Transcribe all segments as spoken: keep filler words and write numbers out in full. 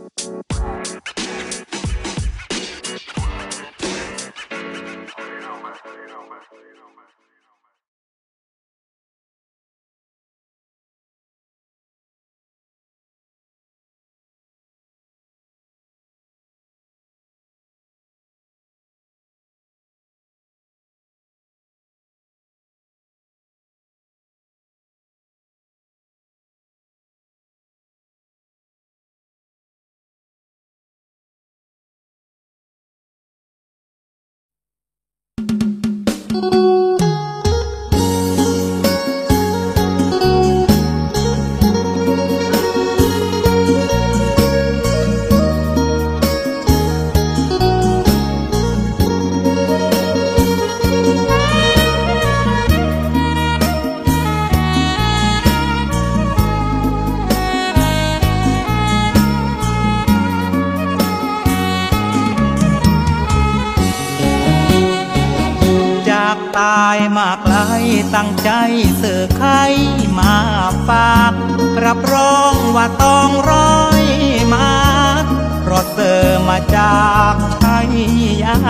ตายมากลายตั้งใจเสือไข่มาฝากรับรองว่าต้องร้อยมาเพราะเสือมาจากชัยยา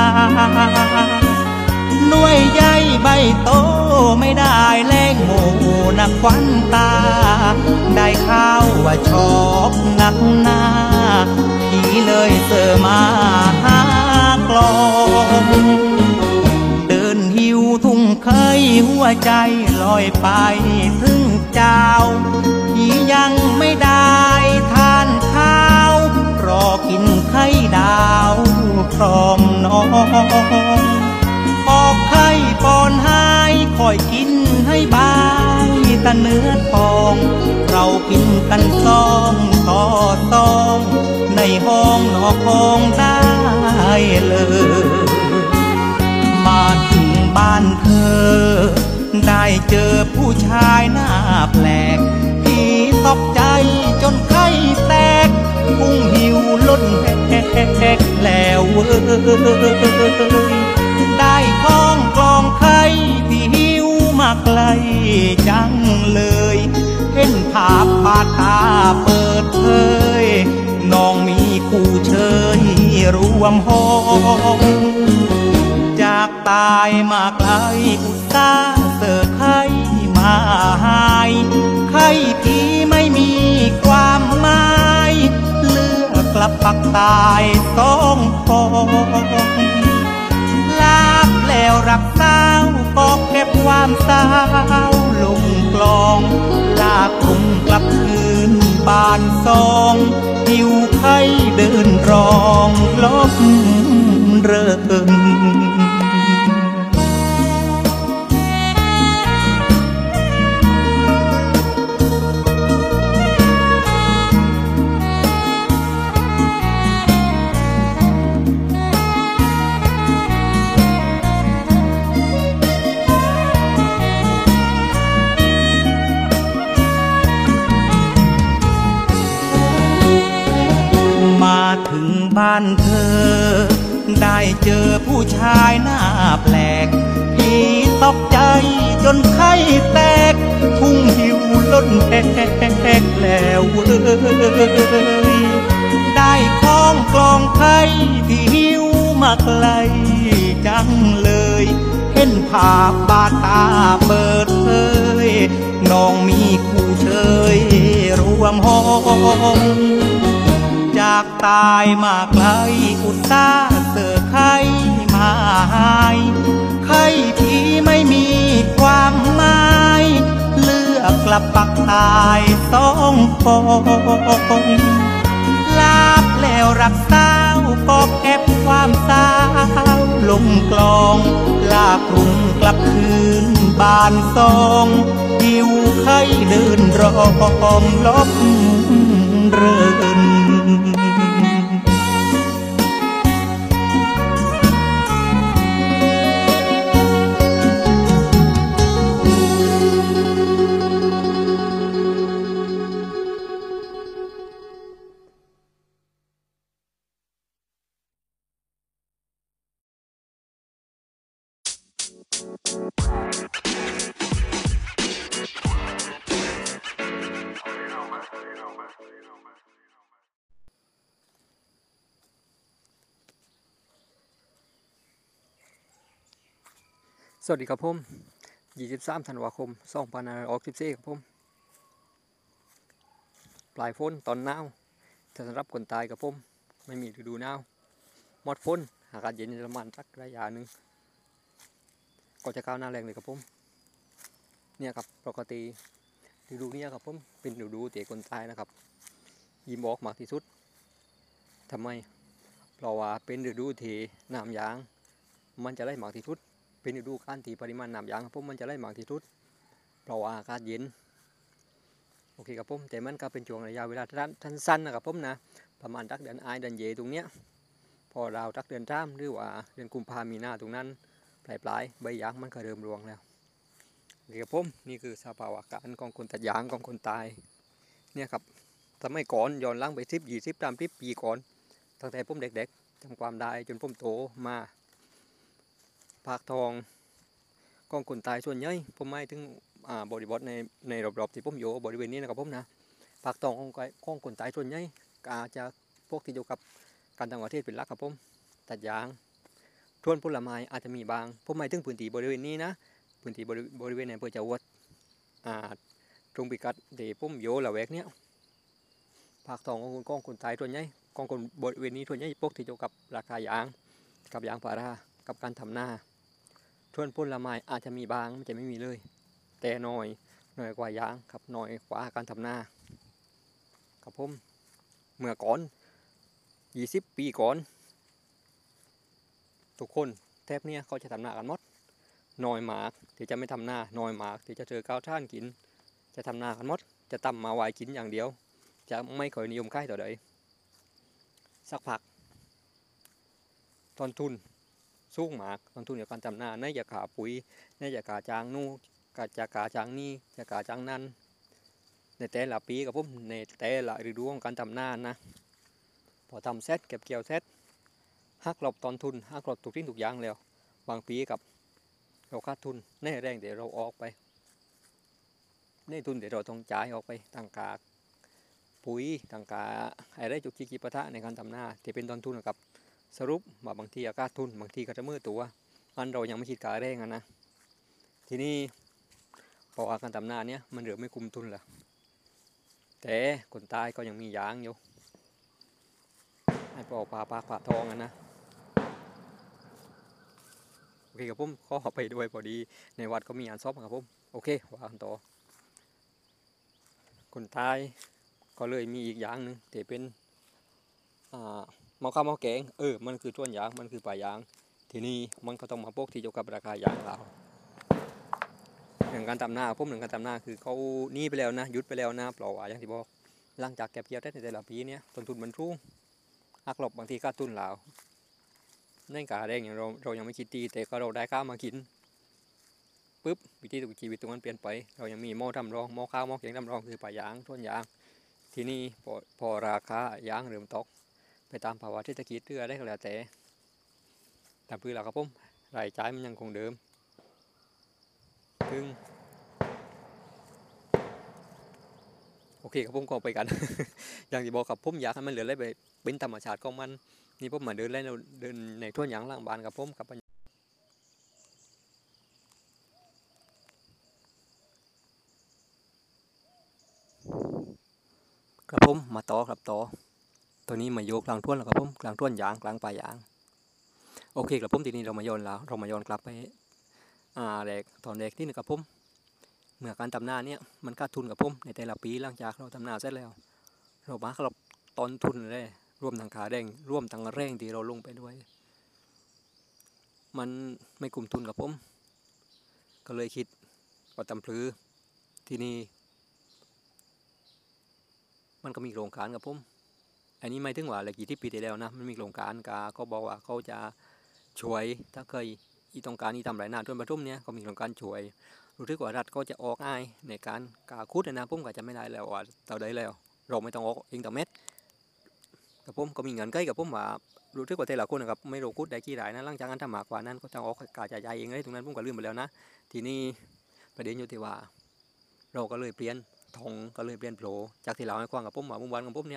หน่วยใหญ่ใบโตไม่ได้แลงหมูนักควันตาได้ข้าวว่าชอบนักหน้าพี่เลยเสือมาหากลองหิวทุ่งเคยหัวใจลอยไปถึงเจ้าที่ยังไม่ได้ทานข้าวรอกินไข่ดาวพร้อมน้องปอกไข่ปอนให้คอยกินให้บายตะเนื้อทองเรากินกันซองต่อซองในห้องนอกห้องได้เลยมาถึงบ้านเธอได้เจอผู้ชายหน้าแปลกที่ตกใจจนไข้แตกพุ่งหิวล้นแหกแล้วเว้ยได้ข้องกลองไข่ที่หิวมาไกลจังเลยเห็นภาพบาดตาเปิดเผยน้องมีคู่เชยรวมห้องจากตายมาไกลอุตส่าห์เสิร์ฟไข่มาหายไข่ที่ไม่มีความหมายเลือกกลับปักตายสองฟองลาบแล้วรักสาวก็เก็บความสาวลงกลองลากกลุ่มกลับคืนบ้านซองหิวไข่เดินรองลบเริ่มถึงบ้านเธอได้เจอผู้ชายหน้าแปลกพี่ตกใจจนไข้แตกพุ่งหิวล้นแหกแล้วเว้ยได้ข้องกลองไข่ที่หิวมาไกลจังเลยเห็นภาพบาดตาเปิดเผยน้องมีคู่เชยรวมห้องจากตายมาไกลอุตส่าห์เสือไข่มาหายไข่ที่ไม่มีความหมายเลือกกลับปักตายสองฟองลาบแล้วรักสาวก็เก็บความสาวลงกลองลากกรุงกลับคืนบ้านซองหิวไข่เดินรอมลบเรินสวัสดีครับผมยี่สิบสามธันวาคมสองพันห้าร้อยหกสิบสี่ครับผมปลายฝนตอนหนาวถ้าสำหรับคนตายกับผมไม่มีฤดูหนาวหมดฝนอากาศเย็นประมาณสักระยะหนึ่งก็จะก้าวหน้าแรงเลยครับผมเนี่ยครับปกติฤดูนี้ครับผมเป็นฤดูที่คนตายนะครับยิ้มออกมากที่สุดทำไมเพราะว่าเป็นฤดูที่น้ำยางมันจะได้มากที่สุดเป็นฤดูการที่ปริมาณน้ำยางครับผมมันจะได้มากที่สุดเพราะว่าอากาศเย็นโอเคครับผมแต่มันก็เป็นช่วงระยะเวลาสั้นๆนะครับผมนะประมาณรักเดือนอายเดือนเยตรงเนี้ยพอเรารักเดือนจ้ามหรือว่าเดือนกุมภามีนาตรงนั้นปลายปลายใบยางมันก็เริ่มรวงแล้วโอเคครับผมนี่คือสภาวะการของคนตัดยางของคนตายเนี่ยครับสมัยก่อนย้อนหลังไปสิบยี่สิบตามสิบปีก่อนตั้งแต่ผมเด็กๆจำความได้จนผมโตมาภาคทองของคนตายส่วนใหญ่ผมไม่ถึงบริบทในในรอบๆที่ผมอยู่บริเวณนี้นะครับผมนะภาคทองของของคนตายส่วนใหญ่อาจจะพวกที่อยู่กับการต่างประเทศเป็นหลักครับผมตัดยางทวนผลไม้อาจจะมีบางผมไม่ถึงพื้นที่บริเวณนี้นะพื้นที่บริเวณในอำเภอจาวดตรงพิกัดเดี๋ยวผมอยู่ละแวกเนี้ยภาคทองของคนของคนตายส่วนใหญ่ของคนบริเวณนี้ส่วนใหญ่พวกที่อยู่กับราคายางกับยางพารากับการทำหน้าทวนผลไม้อาจจะมีบางมันจะไม่มีเลยแต่น้อยน้อยกว่ายางครับน้อยกว่าการทำหน้าครับผมเมื่อก่อนยี่สิบปีก่อนทุกคนแทบเนี้ยเขาจะทำหน้ากันหมดน้อยมากที่จะไม่ทำหน้าน้อยมากที่จะเจอข้าวท่านกินจะทำหน้ากันหมดจะตำมาไว้กินอย่างเดียวจะไม่ค่อยนิยมค่ายต่อใดสักพักต้นทุนสูงมากต้นทุนในการทำหน้าในจะขาปุ๋ยในจะขาจางนู่กาจะขาจางนี่จะขาจางนั่นในแต่ละปีกับผมในแต่ละฤดูของการทำหน้านะพอทำเซตเก็บเกี่ยวเซตหักหลบต้นทุนหักหลบทุกทิ้งทุกอย่างแล้วบางปีกับเราขาดทุนในแรงเดี๋ยวเราออกไปในทุนเดี๋ยวเราต้องจ่ายออกไปต่างกาปุ๋ยต่างกาอะไรจุกจิกจิปะทะในการทำหน้าที่เป็นต้นทุนนะครับสรุปว่าบางทีขาดทุนบางทีก็จะมือตัวมันเรายังไม่คิดการแรงนะทีนี้พออาการทำหน้าเนี้ยมันเหลือไม่คุ้มทุนละแต่คนตายก็ยังมียางอยู่ให้พอปลาปลาปลาทองนะโอเคครับผมขอไปด้วยพอดีในวัดก็มีงานซอบครับผมโอเคว่ากันต่อคนตายก็เลยมีอีกอย่างหนึ่งที่เป็นอ่าหม้อข้าวหม้อแกงเออมันคือต้นยางมันคือป่ายางทีนี้มันก็ต้องมาพวกที่เกี่ยวกับราคายางเราหนึ่งการทำหน้าพวกหนึ่งการทำหน้าคือเขานี่ไปแล้วนะยุดไปแล้วนะเปล่าอย่างที่บอกหลังจากเก็บเกี่ยวได้ในแต่ละปีเนี้ยต้นทุนมันสูงหักหลบบางทีขาดทุนเราในการแรงอย่างเราเรายังไม่คิดดีแต่ก็เราได้ข้าวมากินปุ๊บวิธีชีวิตตรงนั้นเปลี่ยนไปเรายังมีหม้อทำรองหม้อข้าวหม้อแกงทำรองคือป่ายางต้นยางทีนี้พอพอราคายางเริ่มตกไปตามภาวะเศรษฐกิจเรื่อยได้ก็แล้วแต่แต่พื้นเราครับผมรายจ่ายมันยังคงเดิมซึ่งโอเคครับผมก็ไปกัน อย่างที่บอกกับผมอยากให้มันเหลืออะไรไปเป็นธรรมชาติของมันนี่ผมมาเดินเล่นเดินในทุ่งยางล่างบ้านกับผมกับครับผมมาต่อครับต่อตัวนี้มาโยกกลางทุ่นแล้วครับผมกลางทุ่นยางกลางป่ายางโอเคครับผมทีนี้เรามาย้อนแล้วเรามาย้อนกลับไปอ่าแรกตอนแรกที่หนึ่งครับผมเมื่อการทำนาเนี่ยมันขาดทุนกับผมในแต่ละปีหลังจากเราทำนาเสร็จแล้วเรามาเราต้นทุนเลยร่วมทางขาแรงร่วมทางแรงที่เราลงไปด้วยมันไม่กลุ่มทุนกับผมก็เลยคิดว่าตำพลือที่นี่มันก็มีโครงการกับผมอันนี้ไม่ถึงว่าอะไรกี่ที่ปีที่แล้วนะมันมีโครงการกาก็บอกว่าเขาจะช่วยถ้าเคยอีต้องการอีทำไรนาต้นประทุมเนี่ยก็มีโครงการช่วยรู้สึกว่ารัฐก็จะออกอ้ายในการกาคุดนะผมก็จะไม่ได้แล้วว่าเต่าได้แล้วเราไม่ต้องออกเองต่อเม็ดกับผมก็มีเงินใกล้กับผมว่ารู้สึกว่าแต่ละคนนะครับไม่รู้คุดได้กี่รายนะหลังจากนั้นถ้ามากกว่านั้นก็จะออกกาจะใจเองเลยตรงนั้นผมก็ลืมไปแล้วนะทีนี้ประเด็นอยู่ที่ว่าเราก็เลยเปลี่ยนทองก็เลยเปลี่ยนโผล่จากที่เราให้ความกับผมว่ามุมวันของผมเนี่ย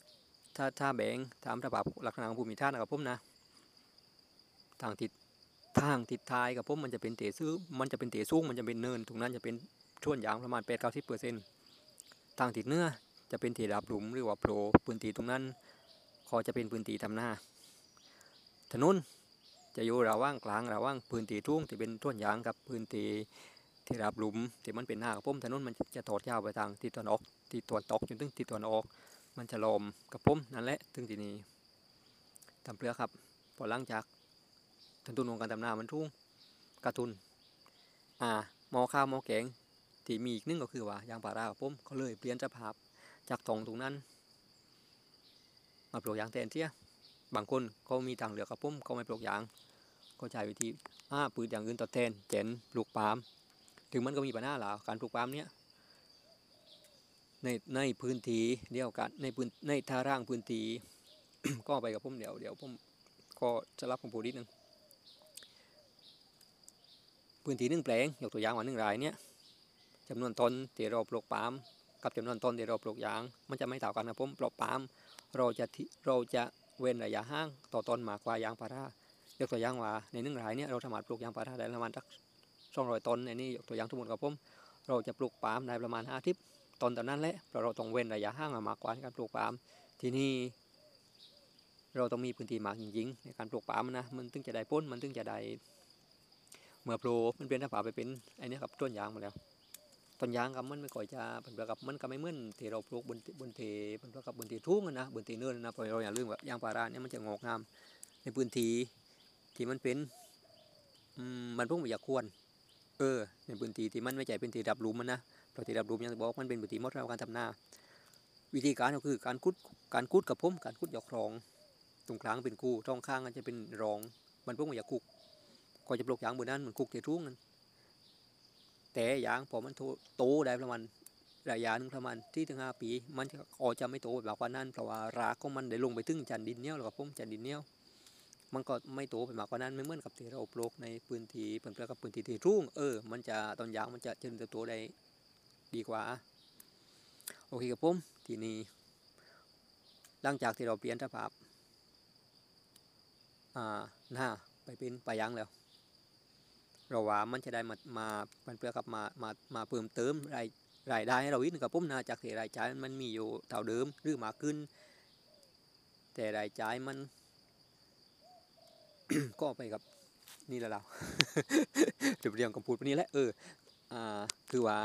ถ้าถ้าแบ่งตามระบบหลักฐานของภูมิทัศน์นะครับผมนะทางทิศทางทิศท้ายกับผมมันจะเป็นเตะซื้อมันจะเป็นเตะสูงมันจะเป็นเนินตรงนั้นจะเป็นช่วงยางประมาณแปดเก้าสิบเปอร์เซ็นต์ทางทิศเหนือจะเป็นเตะราบหลุมหรือว่าโปรพื้นที่ตรงนั้นก็จะเป็นพื้นที่ทำหน้าถนนจะอยู่ระหว่างกลางระหว่างพื้นที่ทุ่งที่เป็นช่วงยางกับพื้นที่ที่ราบหลุมที่มันเป็นหน้ากับผมถนนมันจะทอดยาวไปทางทิศตะวันออกทิศตะวันตกจนถึงทิศตะวันออกมันจะลมกับผมนั่นแหละถึงที่นี้ทำเปลือกครับพอหลังจากต้นทุนของการทำนามันทุ่งกระทุนอ่าหม้อข้าวหม้อแกงที่มีอีกนึงก็คือว่ายางพารากับผมเขาเลยเปลี่ยนสภาพจากตรงตรงนั้นมาปลูกยางแทนเที่ยบางคนเขามีทางเลือกกับผมเขาไม่ปลูกยางก็ใช้วิธีอ่าปลูกอย่างอื่นตอบแทนเจนปลูกปาล์มถึงมันก็มีปัญหาหล่ะการปลูกปาล์มเนี้ยในในพื้นที่เดียวกันในพื้นในท่าร่างพื้นที่ ก็ไปกับผมเดี๋ยวเดี๋ยวผมก็จะรับผมพูดนิดนึงพื้นที่หนึ่งแปลงยกตัวอย่างว่าหนึ่งรายเนี้ยจำนวนต้นที่เราปลูกปาล์มกับจำนวนต้นที่เราปลูกยางมันจะไม่เท่ากันนะผมปลูกปาล์มเราจะเราจะเว้นระยะห่างต่อต้นมากกว่ายางพารายกตัวอย่างว่าในหนึ่งรายเนี้ยเราสามารถปลูกยางพาราได้ประมาณสักสองร้อยต้นในนี้ยกตัวอย่างสมมติกับผมเราจะปลูกปาล์มได้ประมาณห้าสิบต้นตอนนั้นแหละเพราะเราต้องเว้นระยะห่างมากกว่าในการปลูกปาล์มที่นี่เราต้องมีพื้นที่มากจริงๆในการปลูกปาล์มนะมันถึงจะได้ผลมันถึงจะได้เมื่อโปรมันเป็นถ้าผ่าไปเป็นไอ้นี่ครับต้นยางมาแล้วต้นยางกับมันไม่ก่อยจะเป็นแบบกับมันก็ไม่เหมือนที่เราปลูกบนบนเทเป็นแบบกับบนเททุ่งนะบนเทเนินนะเพราะเราอย่าลืมว่ายางพาราเนี่ยมันจะงอกงามในพื้นที่ที่มันเป็นมันพุ่งไปอยากควรเออในพื้นที่ที่มันไม่ใช่เป็นที่ดับหลุมมันนะเพราะที่ดับหลุมยังบอกมันเป็นพื้นที่เหมาะสำหรับการทำนาวิธีการก็คือการคุดการคุดกับผมการคุดหยอกรองตรงกลางเป็นกูตรงข้างก็จะเป็นรองมันพุ่งไปอยากคุกก็จะปลูกยางบนนั้นมันคุกที่ทุ่งนั้นแต่ยางพอมันโตได้ประมาณระยะหนึ่งประมาณที่ถึงห้าปีมันจะอจะไม่โตแบบว่านั้นเพราะว่ารากของมันได้ลงไปถึงจันดินเนี้ยหรือกับผมจันดินเนี้ยมันก็ไม่โตไปมากกว่านั้นไม่เหมือนกับที่เราปลูกในพื้นที่เปกับพื้นที่ที่รุ่งเออมันจะต้นยางมันจะเจริญเติบโตได้ดีกว่าโอเคกับผมทีนี้หลังจากที่เราเปลี่ยนสภาพอ่าหน้าไปเป็นปลายยางแล้วเราว่ามันจะได้มามาเพื่อกับมามามาเพิ่มเติมรายรายได้ให้เราอีกกับผมนะจากที่รายจ่ายมันมีอยู่เท่าเดิมหรือมากขึ้นแต่รายจ่ายมัน ก็ไปกับนี่แหละเรา เดี๋ยวเรียงกับพูดวันนี้แหละเอออ่าคือว่า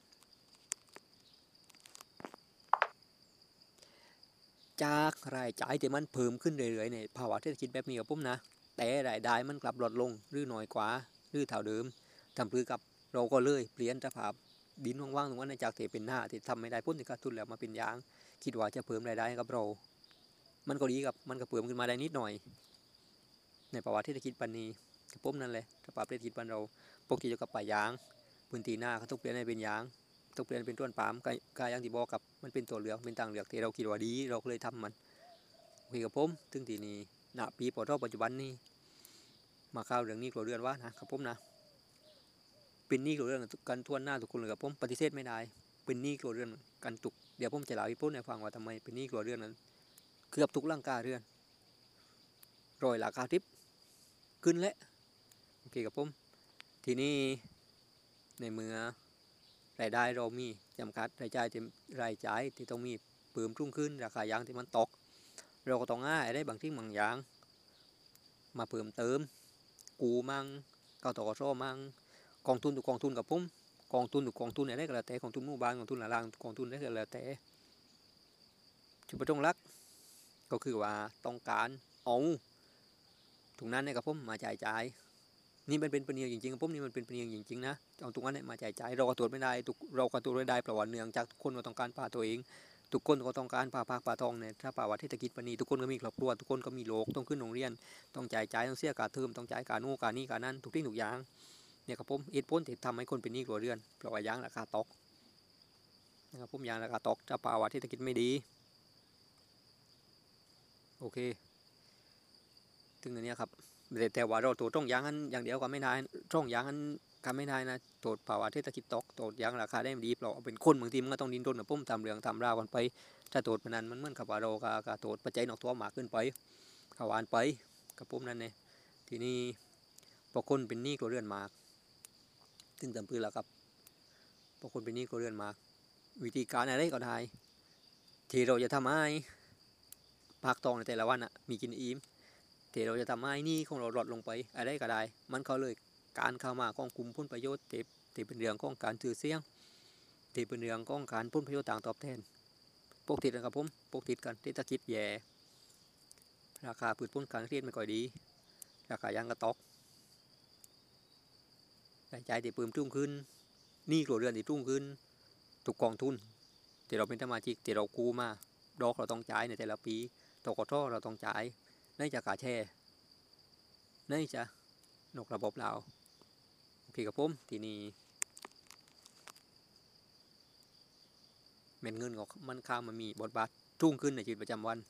จากรายจ่ายที่มันเพิ่มขึ้นเรื่อยๆในภาวะเศรษฐกิจแบบนี้กับผมนะแต่รายได้มันกลับลดลงหรือน้อยกว่าหรือเท่าเดิมทำเพื่อกับเราก็เลยเปลี่ยนสภาพดินว่างๆตรงนั้นจากที่เป็นหน้าที่ทำไม่ได้พ้นที่ขาดทุนแล้วมาเป็นยางคิดว่าจะเพิ่มรายได้กับเรามันก็ดีกับมันก็เพิ่มขึ้นมาได้นิดหน่อยในภาวะเศรษฐกิจปันนี้กับผมนั่นแหละสภาพเศรษฐกิจปันเราปกติจะกับป่ายางพื้นที่หน้าเขาต้องเปลี่ยนให้เป็นยางต้องเปลี่ยนเป็นต้นปาล์มกายางที่บอกกับมันเป็นตัวเลือกเป็นทางเลือกที่เราคิดว่าดีเราก็เลยทำมันโอเคกับผมถึงที่นี้ณปีปอทปัจจุบันนี้มาข่าวเรื่องนี้กลัวเรือนว่านะครับผมนะเป็นหนี้กลัวเรือนกันทั่วหน้าทุกคนเลยกับผมปฏิเสธไม่ได้เป็นหนี้กลัวเรือนกันตุกเดี๋ยวผมจะเล่าให้พูดให้ฟังว่าทำไมเป็นหนี้กลัวเรือนนั้นเกือบทุกร่างกายเรือนรอยหลักคาทิพขึ้นและโอเคกับผมทีนี้ในเมื่อรายได้เรามีจำกัดรายจ่ายที่รายจ่ายที่ต้องมีเพิ่มรุ่งขึ้นราคายางที่มันตกเราก็ต้องง่ายได้บางที่บางอย่างมาเพิ่มเติมกูมั่งเก่าต่อโซ่มั่งกองทุนถูกกองทุนกับผมกองทุนถูกกองทุนอะไรก็แล้วแต่กองทุนหมู่บ้านกองทุนหลังกองทุนอะไรก็แล้วแต่จุดประสงค์หลักก็คือว่าต้องการเอาตรงนั้นเนี่ยกับผมมาจ่ายจ่ายนี่มันเป็นปนิยจริงๆกับผมนี่มันเป็นปนิยจริงๆนะเอาตรงนั้นเนี่ยมาจ่ายจ่ายเราก็ตรวจไม่ได้เราก็ตรวจไม่ได้เพราะว่าเนื่องจากทุกคนก็ต้องการพาตัวเองทุกคนก็ต้องการพาภาคปาทองเนี่ยถ้าภาวะเศรษฐกิจปนี้ทุกคนก็มีครอบครัวทุกคนก็มีโลกต้องขึ้นโรงเรียนต้องจ่ายจ่ายต้องเสียการเทอมต้องจ่ายการนู่นการนี่การนั้นทุกที่ทุกอย่างเนี่ยครับผมเหตุผลที่ทำให้คนเป็นหนี้ครัวเรือนเพราะว่ายางราคาตกนะครับผมยางราคาตกถ้าภาวะเศรษฐกิจไม่ดีโอเคถึงอันนี้ครับแต่ว่าเราตัวต้องยางนั้นอย่างเดียวก็ไม่ได้ต้องยางนั้นก็ไม่ได้นะตัวภาวะเศรษฐกิจตกตัวยางราคาได้ดีเพราะเป็นคนบางทีมันก็ต้องดิ้นรนนะผมทำเรื่องทำราวกันไปถ้าตัวมันนั้นมันเหมือนกับว่าเราก็ตัวปัจจัยนอกตัวมากขึ้นไปขวานไปกับผมนั่นเองทีนี้ผพอคนเป็นหนี้ก็เรือนมากซึ่งตามพื้นแล้วครับพอคนเป็นหนี้ก็เรือนมากวิธีการอะไรก็ได้ที่เราจะทำให้ภาคตองในแต่ละวันอ่ะมีกินอิ่มที่เราจะทำให้หนี้ของเราลดลงไปอะไรก็ได้มันเขาเลยการเข้ามาของกลุ่มผลประโยชน์ที่ที่เป็นเรื่องของการถือเสียงที่เป็นเรื่องของการผลประโยชน์ต่างตอบแทนปกตินะครับผมปกติกันที่ตะคิดแย่ราคาพืชผลการเกษตรไม่ค่อยดีราคายางกระตอกรายจ่ายที่เพิ่มทุ่งขึ้นหนี้ครัวเรือนที่ทุ่งขึ้นถูกกองทุนที่เราเป็นสมาชิกที่เรากู้มาดอกเราต้องจ่ายในแต่ละปีตกทอเราต้องจ่ายในจากกาแช่ในจะนอกระบบเราโอเคกับผมทีนี้เม็ดเงินของมันข้ามมันมีบทบาททุ่งขึ้นในชีวิตประจำวัน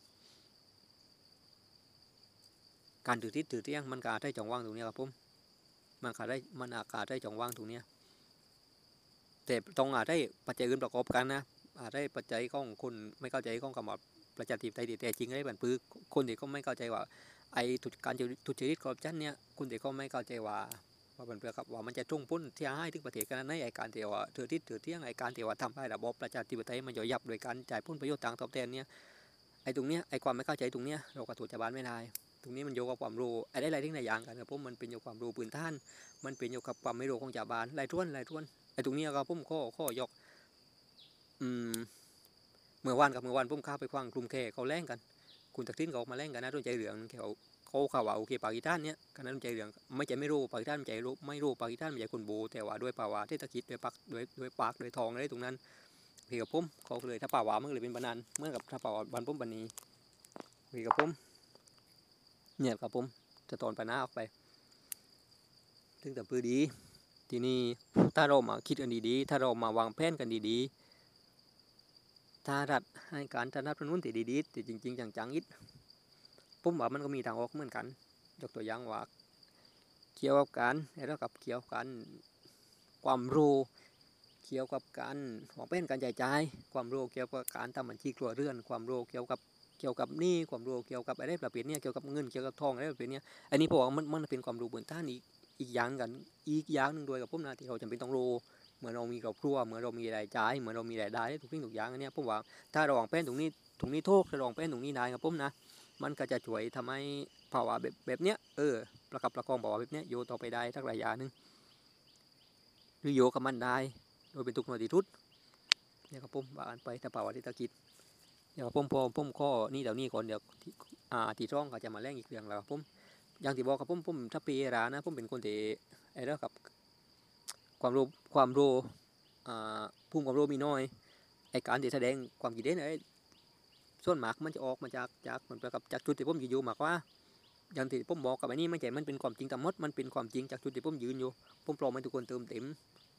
การถือทิศถือเที่ยงมันก็อาจได้จ่องว่างตรงนี้ครับผมมันอาจได้มันอาจได้จ่องว่างตรงนี้แต่ต้องอาจได้ปัจจัยอื่นประกอบกันนะอาจได้ปัจจัยของคนไม่เข้าใจของคำว่าประชาธิปไตยแต่จริงได้บันปื้อคนที่เขาไม่เข้าใจว่าไอ้ทุการทุจริตคอร์รัปชันเนี่ยคนที่เขาไม่เข้าใจว่าว่าบันเปื้อครับว่ามันจะทุ่งพ้นที่ให้ถึงประเทศกันในไอ้การที่ว่าถือทิศถือเที่ยงไอ้การที่ว่าทำให้ระบบประชาธิปไตยมันย่อยยับโดยการจ่ายผลประโยชน์ต่างตอบแทนเนี่ยไอ้ตรงเนี้ยไอ้ความไม่เข้าใจตรงเนี้ยเราก็ถูกจับบ้านไม่ได้ตรงนี้มันโยกกับความรู้ไอ้ได้หลายที่หลายอย่างกันครับผมมันเป็นโยกความรู้พื้นฐานมันเป็นโยกกับความไม่รู้ของชาวบ้านหลายท้วนหลายท้วนไอ้ตรงนี้ครับผมข้อข้อยกอืมเมื่อวันกับเมื่อวันผมข้าไปคว้างกลุ่มแค่เขาแรงกันคุณตักทิ้นเขาออกมาแรงกันนะต้นใจเหลืองเขาเขาข่าวว่าโอเคปากีสถานเนี้ยกันนั้นต้นใจเหลืองไม่ใจไม่รู้ปากีสถานไม่ใจรู้ไม่รู้ปากีสถานไม่ใจคนโบแต่ว่าด้วยภาวะเศรษฐกิจด้วยปักด้วยด้วยปากด้วยทองอะไรตรงนั้นพี่กับผมเขาเลยถ้าป่าวามันเลยเป็นบานันเมื่อกับถ้าป่าวบันผมบันนี้พี่กับผมเนี่ยกับผมจะตอนปัญหาออกไปถึงแต่ปื้อดีทีนี้ถ้าเรามาคิดกันดีๆถ้าเรามาวางแผนกันดีๆถ้ารัฐให้การสนับสนุนที่ดีๆที่จริงๆจังๆอิดผมว่ามันก็มีทางออกเหมือนกันยกตัวอย่างว่าเกี่ยวกับการแล้วกับเกี่ยวกับการความรู้เกี่ยวกับการวางแผนการจ่ายจ่ายความรู้เกี่ยวกับการทำบัญชีครัวเรือนความรู้เกี่ยวกับเกี่ยวกับหนี้ความรู้เกี่ยวกับอะไรประเภทนี้เกี่ยวกับเงินเกี่ยวกับทองอะไรประเภทนี้อันนี้ผมว่ามันมันเป็นความรู้บนท่านอีกอีกอย่างกันอีกอย่างหนึ่งโดยกับผมนะที่เราจำเป็นต้องรู้เหมือนเรามีครอบครัวเหมือนเรามีรายจ่ายเหมือนเรามีรายได้ทุกสิ่งทุกอย่างอันนี้ผมว่าถ้าเราวางแผนตรงนี้ตรงนี้โทษถ้าเราวางแผนตรงนี้ได้กับผมนะมันก็จะช่วยทำให้ภาวะแบบแบบเนี้ยเออประคับประคองภาวะแบบเนี้ยโยต่อไปได้สักระยะหนึ่งหรือโยกับมันได้โดยเป็นทุกหน่วยที่ทุดเนี่ยครับผมว่ากันไปถ้าภาวะที่ตะกิดเดี๋ยวผมพอผมข้อนี่เดี๋ยวนี้ก่อนเดี๋ยวอ่าที่ช่องก็จะมาแรงอีกเรื่องแล้วผมอย่างที่บอกครับผมผมถ้าปีรานะผมเป็นคนที่ไอ้เรื่องกับความรู้ความรู้อ่าภูมิความรู้มีน้อยไอ้การที่แสดงความคิดเห็นไอ้ส่วนมากมันจะออกมาจากจากเหมือนกับจากจุดที่ผมอยู่มากกว่าอย่างที่ผมบอกกับไอ้นี่ไม่ใช่มันเป็นความจริงทั้งหมดมันเป็นความจริงจากจุดที่ผมยืนอยู่ผมพร้อมให้ทุกคนเติมเต็ม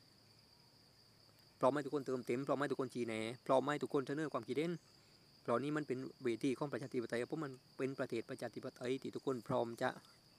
พร้อมให้ทุกคนเติมเต็มพร้อมให้ทุกคนชี้แนะพร้อมให้ทุกคนเสนอความคิดเห็นเพราะนี้มันเป็นเวทีของประชาธิปไตยเพราะมันเป็นประเทศประชาธิปไตยที่ทุกคนพร้อมจะ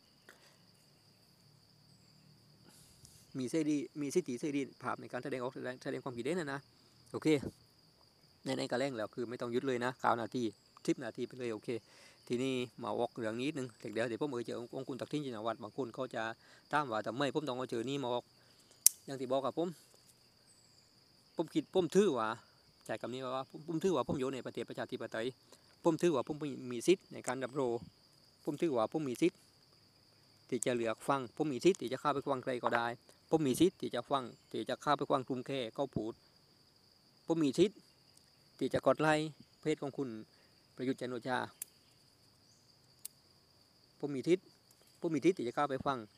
มีเสรีมีสิทธิเสรีภาพในการแสดงออกแสดงความคิดเห็นนะนะโอเคในในการแรงแล้วคือไม่ต้องยึดเลยนะข่าวนาทีทิปนาทีไปเลยโอเคทีนี้มาวอกเรื่องนี้นึงเดี๋ยวเดี๋ยวผมเออเจอองค์คุณตักทิ้งจินวัตรบางคนเขาจะตามว่าทำไมผมต้องเอาเจอนี่มาวอกอย่างที่บอกกับผมผมคิดผมถือว่าใช้คำนี้ว่าผมถือว่าผมอยู่ในประเทศประชาธิปไตยผมถือว่าผมมีสิทธิ์ในการรับรู้ผมถือว่าผมมีสิทธิ์ที่จะเลือกฟังผมมีสิทธิ์ที่จะเข้าไปฟังใครก็ได้ผมมีสิทธิ์ที่จะฟังที่จะเข้าไปฟังกลุ่มแค่เขาพูดผมมีสิทธิ์ที่จะกดไลค์เพจของคุณประยุทธ์จันทร์โอชาผมมีสิทธิ์ผมมีสิทธิ์ที่จะเข้าไปฟัง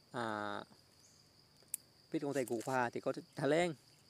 เพจของไต่กูพาที่เขาแถลง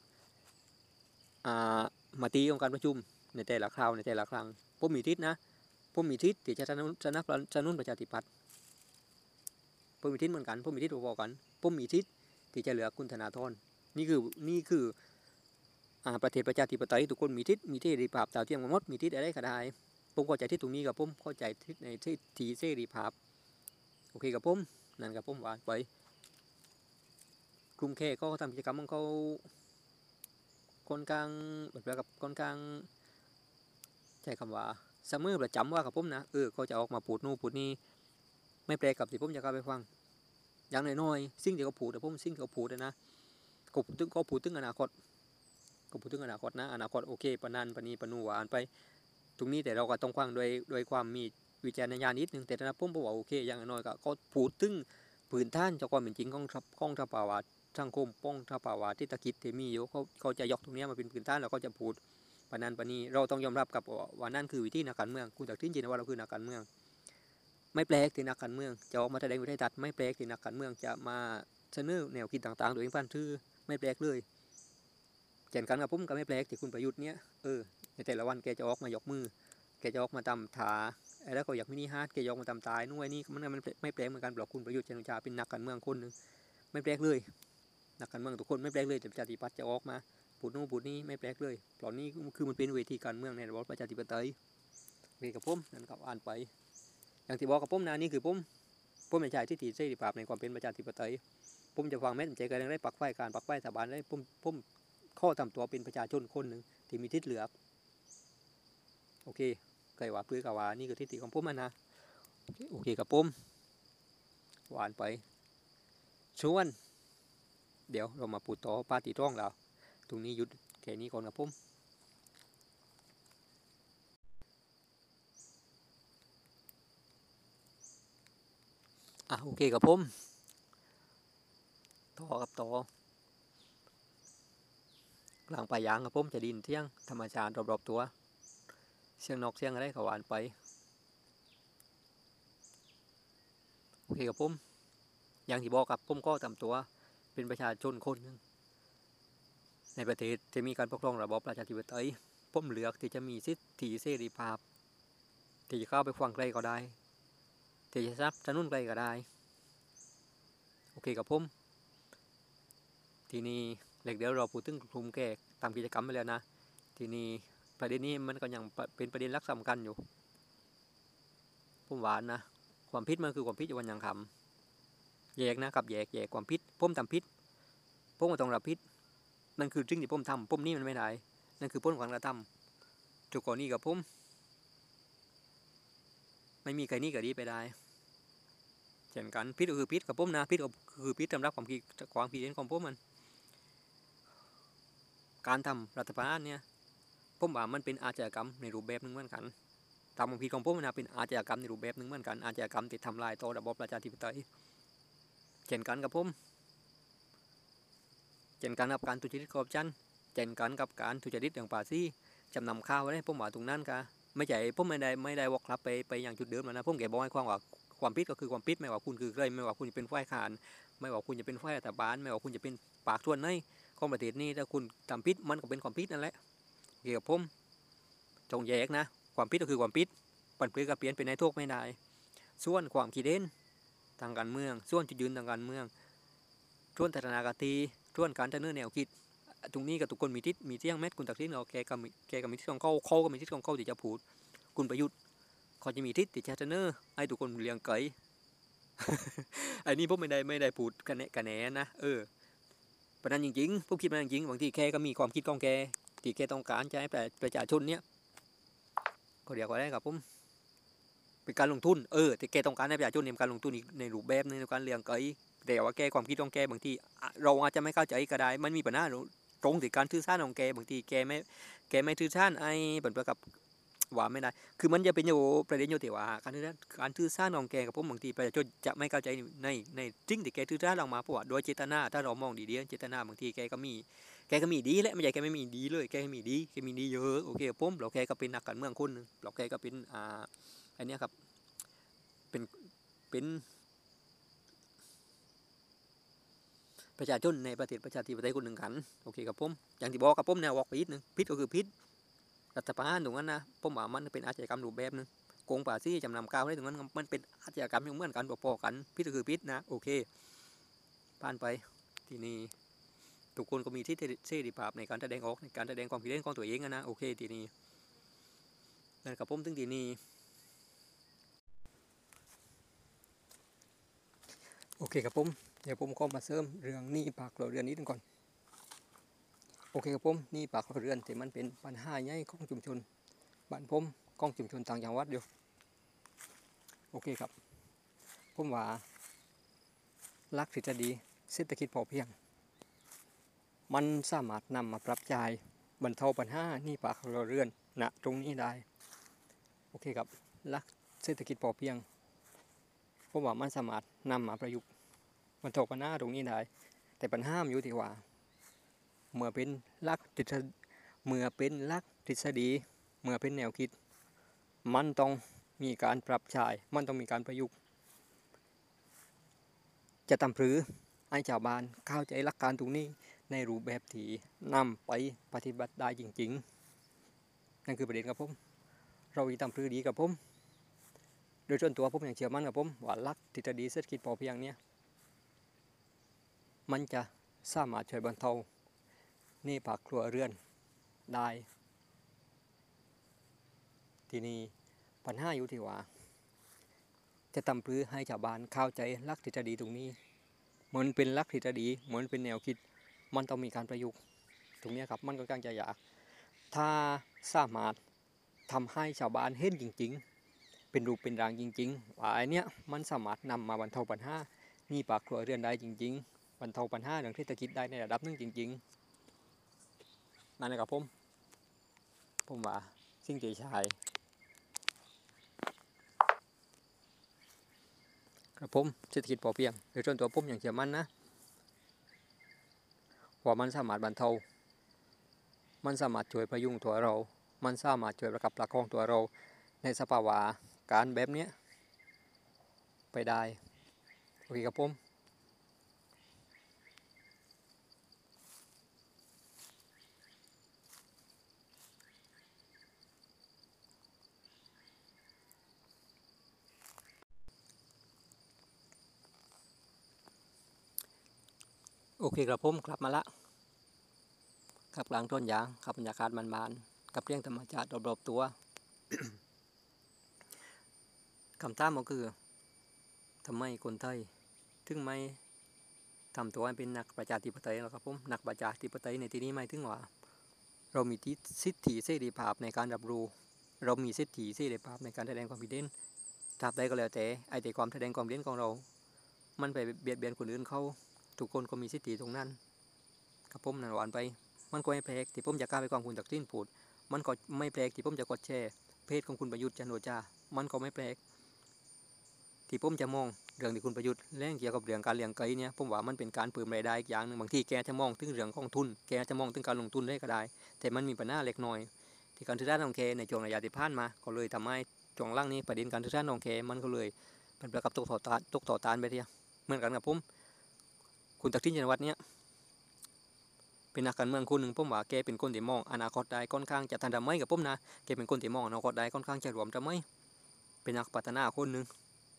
มาตีของการประชุมในแต่ละคราวในแต่ละครั้งผมมีทิศนะผมมีทิศที่จะสนับสนุนประชาธิปัตย์ผมมีทิศเหมือนกันผมมีทิศพอๆกันผมมีทิศที่จะเหลือคุณธนาธรนี่คือนี่คือประเทศประชาธิปไตยทุกคนมีทิศมีเสรีภาพดาวเทียมกันหมดมีทิศอะไรก็ได้ผมเข้าใจที่ตรงนี้กับผมเข้าใจทิศในที่เสรีภาพโอเคกับผมนั่นกับผมว่าไปกลุ่มแค่ก็ทำกิจกรรมของเขาคนกลางแบบกับคนกลางใช้คำว่าเสมอประจำว่ากับผมนะเออเขาจะออกมาพูดนู่นพูดนี่ไม่แปลกกับที่ผมจะเข้าไปฟังอย่างน้อยๆสิ่งที่เขาพูดแต่ผมสิ่งที่เขาพูดนะก็ถึงก็พูดถึงอนาคตก็พูดถึงอนาคตนะอนาคตโอเคปนันปนีปนูหวานไปตรงนี้แต่เราก็ต้องฟังโดยโดยความมีวิจารณญาณนิดนึงแต่ถ้าผมบอกว่าโอเคอย่างน้อยก็ก็พูดถึงพื้นฐานจากความเป็นจริงของของสภาวะสังคมป้องสภาวะที่ตะกิดที่มีอยู่เขาเขาจะยกตรงนี้มาเป็นพื้นฐานแล้วก็จะพูดปนันปนีเราต้องยอมรับกับว่านั่นคือวิธีนักการเมืองคุณตักทิ้งจริงว่าเราคือนักการเมืองไม่แปลกที่นักการเมืองจะออกมาแสดงวิธีทัศน์ไม่แปลกที่นักการเมืองจะมาเสนอแนวคิดต่างๆโดยผ่านชื่อไม่แปลกเลยเช่นกันกับผมก็ไม่แปลกที่คุณประยุทธ์เนี้ยเออในแต่ละวันแกจะออกมายกมือแกจะออกมาตำถาแล้วก็อยากมินิฮาร์ดแกยกมาตำตายนู่นนี่มันมันไม่แปลกเหมือนกันบอกคุณประยุทธ์จันทร์โอชาเป็นนักการเมืองคนหนึ่งไม่แปลกเลยนักการเมืองทุกคนไม่แปลกเลยแต่ประชาธิปัตย์จะออกมาพูดนู่นพูดนี่ไม่แปลกเลยเพราะนี่คือมันเป็นเวทีการเมืองในระบอบประชาธิปไตยเวกับผมนั่นกับอ่านไปอย่างที่บอกกับผมนะนี่คือผมผมไม่ใช่ที่ถีเสรีภาพในความเป็นประชาธิปไตยผมจะฟังแม้ใจกันได้ปักไฟการปักไฟสถาบันได้ผมผมข้อทำตัวเป็นประชาชนคนหนึ่งที่มีทิศเหลือโอเคเคยว่าเพื่อกับว่านี่คือทิศของผมนะโอเคกับผมหวานไปชวนเดี๋ยวเรามาพูดต่อปาติร่องเราตรงนี้หยุดแค่นี้ก่อนกับผมอ่ะโอเคกับผมต่อกับต่อกลางป่ายางกับผมจะดินเที่ยงธรรมชาติรอบๆตัวเสียงนกเสียงอะไรก็หวานไปโอเคกับผมอย่างที่บอกกับผมก็ทำตัวเป็นประชาชนคนหนึ่งในประเทศจะมีการปกครองระบอบประชาธิปไตยผมเลือกที่จะมีสิทธิเสรีภาพที่จะเข้าไปฟังใครก็ได้ที่จะซับสนุนใครก็ได้โอเคกับผมทีนี้เด็กเดี๋ยวเราพูดถึงกลุ่มแก่ทำกิจกรรมไปแล้วนะทีนี้ประเด็นนี้มันก็ยังเป็นประเด็นหลักสำคัญอยู่ผมหวานนะความผิดมันคือความผิดอยู่วันยังคำแยกนะครับแยกแยกความผิดผมทำผิดผมก็ต้องรับผิดนั่นคือสิ่งที่ผมทำผมนี่มันไม่ได้นั่นคือผลของการกระทำจุกก่อนนี้กับผมไม่มีใครนี่ก็ดีไปได้เช่นกันผิดก็คือผิดกับผมนะผิดก็คือผิดสำหรับความคิดความคิดเห็นของผมมันการทำรัฐประหารเนี่ยผมว่ามันเป็นอาชญากรรมในรูปแบบหนึ่งเหมือนกันทำความผิดของผมนะเป็นอาชญากรรมในรูปแบบหนึ่งเหมือนกันอาชญากรรมที่ทำลายต่อระบบประชาธิปไตยเช่นกันกับผมเช่นกันกับการทุจริตคอร์รัปชันเช่นกันกับการทุจริตอย่างภาษีจำนำข้าวไว้ผมว่าตรงนั้นก็ไม่ใช่ผมไม่ได้ไม่ได้วกกลับไปไปอย่างจุดเดิมแล้วนะผมแค่บอกให้ความว่าความผิดก็คือความผิดไม่ว่าคุณคือใครไม่ว่าคุณจะเป็นฝ่ายค้านไม่ว่าคุณจะเป็นฝ่ายรัฐบาลไม่ว่าคุณจะเป็นปากส่วนไหนของประเทศนี้ถ้าคุณทำผิดมันก็เป็นความผิดนั่นแหละเกี่ยวกับผมจงแยกนะความผิดก็คือความผิดปั่นเปลี่ยนกับเปลี่ยนเป็นในโทษไม่ได้ส่วนความคิดเห็นทางการเมืองส่วนจุดยืนทางการเมืองส่วนทัศนคติส่วนการเสนอแนวคิดตรงนี้กับทุกคนมีทิศมีเที่ยงแม้คุณตักสินเราแกก็มีแกก็มีทิศของเขาเขาก็มีทิศของเขาที่จะพูดคุณประยุทธ์เขาจะมีทิศที่จะเสนอให้ทุกคนเลี้ยงไก่ ไอ้นี่ผมไม่ได้ไม่ได้พูดกันแหนกันแหนนะเออประเด็นจริงๆผมคิดมาจริงๆบางทีแกก็มีความคิดของแกที่แกต้องการจะให้ประชาชนเนี้ยก็เรียกว่าได้ครับผมเป็นการลงทุนเออแต่แกต้องการให้ประชาชนในการลงทุนในรูปแบบในการเลี้ยงไก่แต่ว่าแกความคิดของแกบางทีเราอาจจะไม่เข้าใจก็ได้มันมีปัญหาตรงที่การทื่อซ่านของแกบางทีแกไม่แกไม่ทื่อซ่านไอ้เหมือนกับว่าไม่ได้คือมันจะเป็นอยู่ประเด็นอยู่ที่ว่าการทื่อการทื่อซ่านของแกกับผมบางทีประชาชนจะไม่เข้าใจในในจริงที่แกทื่อซ่านออกมาเพราะว่าโดยเจตนาถ้าเรามองดีๆเจตนาบางทีแกก็มีแกก็มีดีแหละไม่ใช่แกไม่มีดีเลยแกมีดีแกมีดีเยอะโอเคผมเราแกก็เป็นนักการเมืองคนนึงเราแกก็เป็นอ่าอันนี้ครับเป็นเป็นประชาชนในประเทศประชาธิปไตยคนหนึ่งกันโอเคกับผมอย่างที่บอกกับผมแนวบอกไปนิดนึงพิษก็คือพิษรัฐประหารตรงนั้นนะผมว่ามันเป็นอาชญากรรมรูปแบบนึงโกงภาษีจำนำข้าวได้ตรงนั้นมันเป็นอาชญากรรมอย่างเหมือนกันพอๆกันพิษก็คือพิษนะโอเคผ่านไปทีนี้ทุกคนก็มีที่เสรีภาพในการแสดงออกในการแสดงความคิดเห็นของตัวเองนะโอเคทีนี้นั่นกับผมถึงทีนี้โอเคครับผมเดี๋ยวผมก็มาเสริมเรื่องนี้ปากเราเรือนนี้ก่อนโอเคครับผมนี่ปากเราเรือนแต่มันเป็นปัญหาใหญ่ของชุมชนบ้านผมของชุมชนต่างจังหวัดอยู่โอเคครับผมว่าหลักทฤษฎีเศรษฐกิจพอเพียงมันสามารถนำมาปรับใช้บรรเทาปัญหาหนี้ปากครัวเรือนณตรงนี้ได้โอเคครับหลักเศรษฐกิจพอเพียงผมว่ามันสามารถนำมาประยุกต์บรรเทาปัญหาตรงนี้ได้แต่ปัญหาอยู่ที่ว่าเมื่อเป็นหลักทฤษฎีเมื่อเป็นหลักทฤษฎีเมื่อเป็นแนวคิดมันต้องมีการปรับใช้มันต้องมีการประยุกต์จะทำหรือให้ชาวบ้านเข้าใจหลักการตรงนี้ในรูปแบบที่นำไปปฏิบัติได้จริงๆนั่นคือประเด็นครับผมเราอีทำหรือดีกับผมโดยส่วนตัวผมอย่างเชื่อมั่นกับผมว่าหลักทฤษฎีเศรษฐกิจพอเพียงเนี้ยมันจะสามารถช่วยบรรเทาหนี้ภาคครัวเรือนได้ทีนี้ปัญหาอยู่ที่ว่าจะทำหรือให้ชาวบ้านเข้าใจหลักทฤษฎีตรงนี้เหมือนเป็นหลักทฤษฎีเหมือนเป็นแนวคิดมันต้องมีการประยุกต์ตรงนี้ครับมันก็กางจะยากถ้าสามารถทำให้ชาวบ้านเห็นจริงๆเป็นรูปเป็นร่างจริงๆว่าไอ้นี้มันสามารถนำมาบรรเทาปัญหาหนี้ภาคครัวเรือนได้จริงๆบรรเทาปัญหาเรื่องเศรษฐกิจได้ในระดับหนึ่งจริงๆนั่นแหละครับผมผมว่าสิ่งที่ใช่ครับผมเศรษฐกิจพอเพียงโดยส่วนตัวผมอย่างเชื่อมั่นนะว่ามันสามารถบรรเทามันสามารถช่วยพยุงตัวเรามันสามารถช่วยประคับประคองตัวเราในสภาวะการแบบนี้ไปได้โอเคครับผมโอเคครับผมกลับมาละกับกลางต้นยางกับบรรยากาศบานๆกับเรื่องธรรมชาติรอบๆตัว คำถามก็คือทำไมคนไทยถึงไม่ทำตัวให้เป็นนักประชาธิปไตยหรอครับผมนักประชาธิปไตยในที่นี้หมายถึงว่าเรามีสิทธิเสรีภาพในการรับรู้เรามีสิทธิเสรีภาพในการแสดงความคิดเห็นตราบใดก็แล้วแต่ไอ้แต่ความแสดงความคิดเห็นของเรามันไปเบียดเบียนคนอื่นเขาทุกคนก็มีสิทธิตรงนั้นครับผมนั่นหวานไปมันก็ไม่แปลกที่ผมจะกล้าไปความคุณตักทิ้นพูดมันก็ไม่แปลกที่ผมจะกดแชร์เพจของคุณประยุทธ์จันทร์โอชามันก็ไม่แปลกที่ผมจะมองเรื่องที่คุณประยุทธ์เรื่องเกี่ยวกับเรื่องการเลี้ยงไก่เนี่ยผมว่ามันเป็นการเพิ่มรายได้อีกอย่างนึงบางทีแกจะมองถึงเรื่องของทุนแกจะมองถึงการลงทุนได้ก็ได้แต่มันมีปัญหาเล็กน้อยที่การซื้อด้านของแกในช่วงระยะที่ผ่านมาก็เลยทำให้ช่วงล่างนี้ประเด็นการซื้อด้านของแกมันก็เลยเป็นประกับตกต่อตาตกต่อตานไปเทียเหมือนกันกับผมคุณตักทิ้นจันทร์วัฒน์เนี่ยเป็นนักการเมืองคนหนึ่งผมว่าแกเป็นคนที่มองอนาคตได้ค่อนข้างจะทันทำไม่กับผมนะแกเป็นคนที่มองอนาคตได้ค่อนข้างจะรวมทำไม่เป็นนักพัฒนาคนหนึ่ง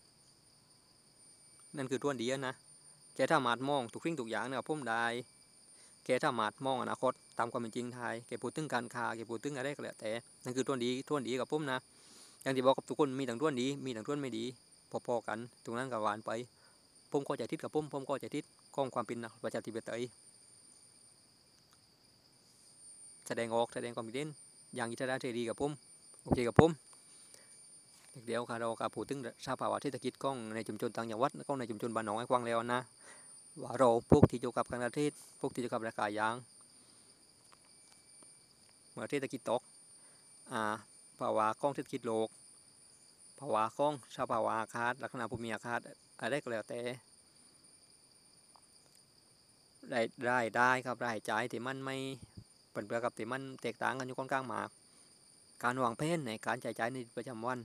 นั่นคือตัวดีนะแกสามารถมองทุกสิ่งทุกอย่างนะครับผมได้แกสามารถมองอนาคตตามความเป็นจริงไทยแกพูดถึงการค้าแกพูดถึงอะไรก็แล้วแต่นั่นคือตัวดีตัวดีกับผมนะอย่างที่บอกกับทุกคนมีทั้งตัวดีมีทั้งตัวไม่ดีพอๆกันตรงนั้นกับหวานไปผมก็จะทิศกับผมผมก็จะทิศกองความเป็นนักประชาธิปไตยแสดงออกแสดงความคิดเห็นอย่างอิสระเสรีกับผมโอเคกับผมเดี๋ยวค่ะเราก็พูดถึงสภาวะเศรษฐกิจของในชุมชนต่างจังหวัดก็ในชุมชนบ้านหนองไอ้กวางแล้วนะว่าเราพวกที่เกี่ยวกับการเกษตรพวกที่เกี่ยวกับราคายางเมื่อเศรษฐกิจตกอ่าภาวะของเศรษฐกิจโลกภาวะของสภาวะอาคาตลักษณะภูมิอาคาตอะไรก็แล้วแต่ได้ได้ได้ครับได้ใจที่มันไม่เป็นเปลือกกับที่มันแตกต่างกันอยู่ค่อนข้างมากการวางแผนในการใช้จ่ายในประจำวัน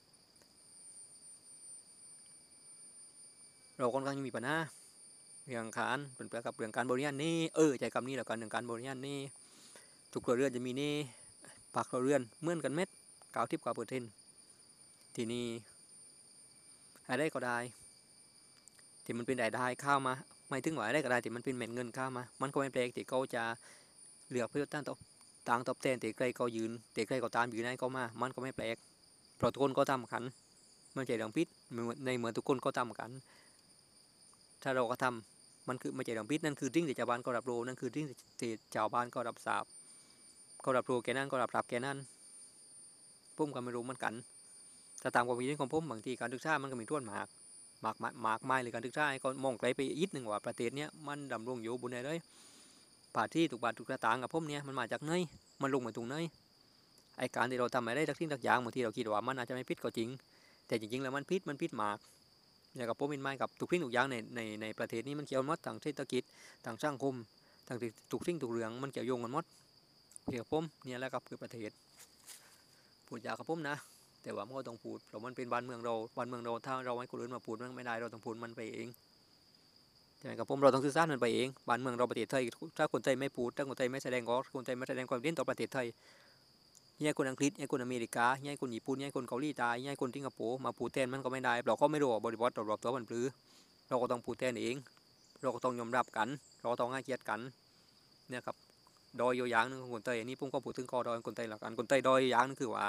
เราค่อนข้างมีปัญหาเรื่องการเป็นเปลือกกับเรื่องการบริหารนี่เออใจคำนี้แล้วกันเรื่องการบริหารนี่ทุกครัวเรือนจะมีนี่ปากครัวเรือนเหมือนกันเม็ดเก้าสิบกว่าเปอร์เซ็นต์ทีนี้อะไรก็ได้ที่มันเป็นรายได้เข้ามาไม่ถึงว่าอะไรก็ได้ที่มันเป็นเม็ดเงินเข้ามามันก็ไม่แปลกที่เขาจะเหลือเพื่อตั้งตบต่างตบแทนที่ใครก็ยืนที่ใครก็ตามยืนให้เขามามันก็ไม่แปลกเพราะทุกคนก็ทำกันไม่ใช่เรื่องพิษในเหมือนทุกคนก็ทำกันถ้าเราก็ทำมันคือไม่ใช่เรื่องพิษนั่นคือสิ่งที่ชาวบ้านก็รับรู้นั่นคือสิ่งที่ชาวบ้านก็รับทราบก็รับรู้แกนั่นก็รับรับแกนั่นผมก็ไม่รู้เหมือนกันแต่ตามความคิดของผมบางทีการศึกษามันก็มีท่วนมากมากมากไม้เลยการศึกษาก็มองไกลไปอีกหนึ่งว่าประเทศเนี้ยมันดำรงอยู่บนไหนเลยป่าที่ถูกบาดถูกกระตางกับพวกเนี้ยมันมาจากไหนมันลงมาตรงไหนไอการที่เราทำอะไรทักทิ้งทักอย่างบางทีเราคิดว่ามันอาจจะไม่พิษก็จริงแต่จริงๆแล้วมันพิษมันพิษมากอย่างกับพวกมินไม้กับทุกสิ่งทุกอย่างในในในประเทศนี้มันเกี่ยวหมดทางเศรษฐกิจทางสังคมทางทุกสิ่งทุกเรื่องมันเกี่ยวโยงกันหมดเกี่ยวกับผมเนี่ยแหละครับคือประเทศพูดยากกับผมนะแต่ว่ามันก็ต้องพูดเพราะมันเป็นบ้านเมืองเราบ้านเมืองเราถ้าเราให้คนอื่นมาพูดมันไม่ได้เราต้องพูดมันไปเองใช่ไหมครับผมเราต้องสื่อสารมันไปเองบ้านเมืองเราประเทศไทยถ้าคนไทยไม่พูดถ้าคนไทยไม่แสดงออกคนไทยไม่แสดงความเห็นต่อประเทศไทยให้คนอังกฤษให้คนอเมริกาให้คนญี่ปุ่นให้คนเกาหลีใต้ให้คนสิงคโปร์มาพูดแทนมันก็ไม่ได้เราก็ไม่รู้บริบทรอบๆตัวมันปลื้อเราก็ต้องพูดแทนเองเราก็ต้องยอมรับกันเราก็ต้องให้เกียรติกันเนี่ยครับโดยอย่างนึงของคนไทยอันนี้ผมก็พูดถึงข้อดอยคนไทยหลักการคนไทยโดยอย่างนึงคือว่า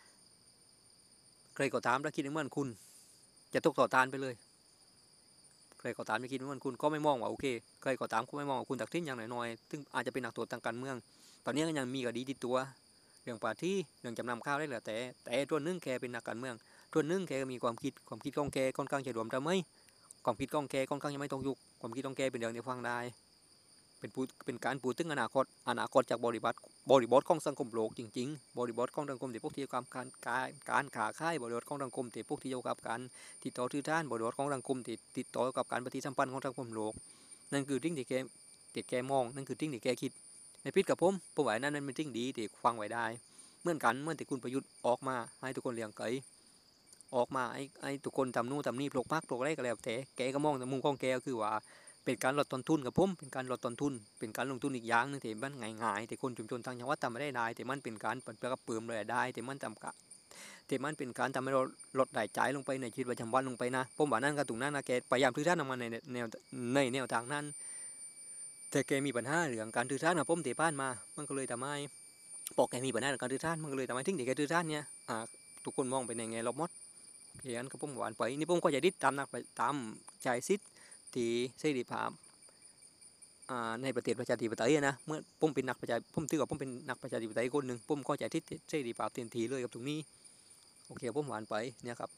ใครก็ตามแล้วคิดเหมือนคุณจะตกต่อต้านไปเลยใครก็ตามจะคิดเหมือนคุณก็ไม่มองว่าโอเคใครก็ตามก็ไม่มองว่าคุณตักทิ้งอย่างน้อยๆซึ่งอาจจะเป็นนักโทษทางการเมืองตอนนี้ก็ยังมีคดีติดตัวเรื่องป่าที่เรื่องจำนำข้าวได้แหละแต่แต่ตัวนึงแกเป็นนักการเมืองตัวนึงแกมีความคิดความคิดของแกค่อนข้างจะรวมแต่ไม่ความคิดของแกค่อนข้างยังไม่ต้องยุกความคิดของแกเป็นเรื่องที่ฟังได้เป็นปูเป็นการปูถึงอนาคตอนาคตจากบริบทบริบทของสังคมโลกจริงๆบริบทของสังคมที่พวกที่ความการการการขาค่ายบริบทของสังคมที่พวกที่เกี่ยวกับการติดต่อทื่อท่านบริบทของสังคมที่ติดต่อกับการปฏิสัมพันธ์ของสังคมโลกนั่นคือสิ่งที่แกที่แกมองนั่นคือสิ่งที่แกคิดในพิษกับผมผมว่านั่นเป็นสิ่งดีที่ฟังไว้ได้เหมือนกันเมื่อที่คุณประยุทธ์ออกมาให้ทุกคนเลี้ยงไก่ออกมาไอ้ไอ้ทุกคนทำนู่นทำนี่ปลูกพักปลูกอะไรก็แล้วแต่แกก็มองแต่มุมของแกก็คือว่าเป็นการลดต้นทุนกับผมเป็นการลดต้นทุนเป็นการลงทุนอีกอย่างนึงที่มันง่ายๆแต่คนชุมชนทางจังหวัดทำไม่ได้ได้แต่มันเป็นการเปิดกระเพิ่มเลยได้แต่มันจำกัดแต่มันเป็นการทำให้เราลดรายจ่ายลงไปในชีวิตประจำวันลงไปนะผมว่านั่นก็ตรงนั้นนะแกพยายามทื่อท่านออกมาในแนวในแนวทางนั้นแต่แกมีปัญหาเรื่องการทื่อท่านกับผมที่ผ่านมามันก็เลยทำให้พอแกมีปัญหาเรื่องการทื่อท่านมันก็เลยทำให้ถึงที่แกทื่อท่านเนี่ยอ่าทุกคนมองไปในแง่ลบหมดเขียนก็ผมหวานไปนี่ผมก็จะดิดตามนักตามใจซิดที่เสรีภาพในประเทศประชาธิปไตยนะเมื่อผมเป็นนักประชาผมถือว่าผมเป็นนักประชาธิปไตยคนหนึ่งผมก็จะทิศเสรีภาพเต็มทีเลยกับตรงนี้โอเคผมหวานไปเนี่ยครับ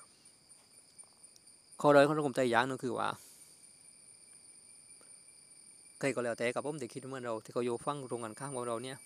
ข้อโดยของผมใจอย่างนึงคือว่าใครก็แล้วแต่กับผมแต่คิดเหมือนเราที่เขาโยฟังตรงกันข้ามของเราเนี่ย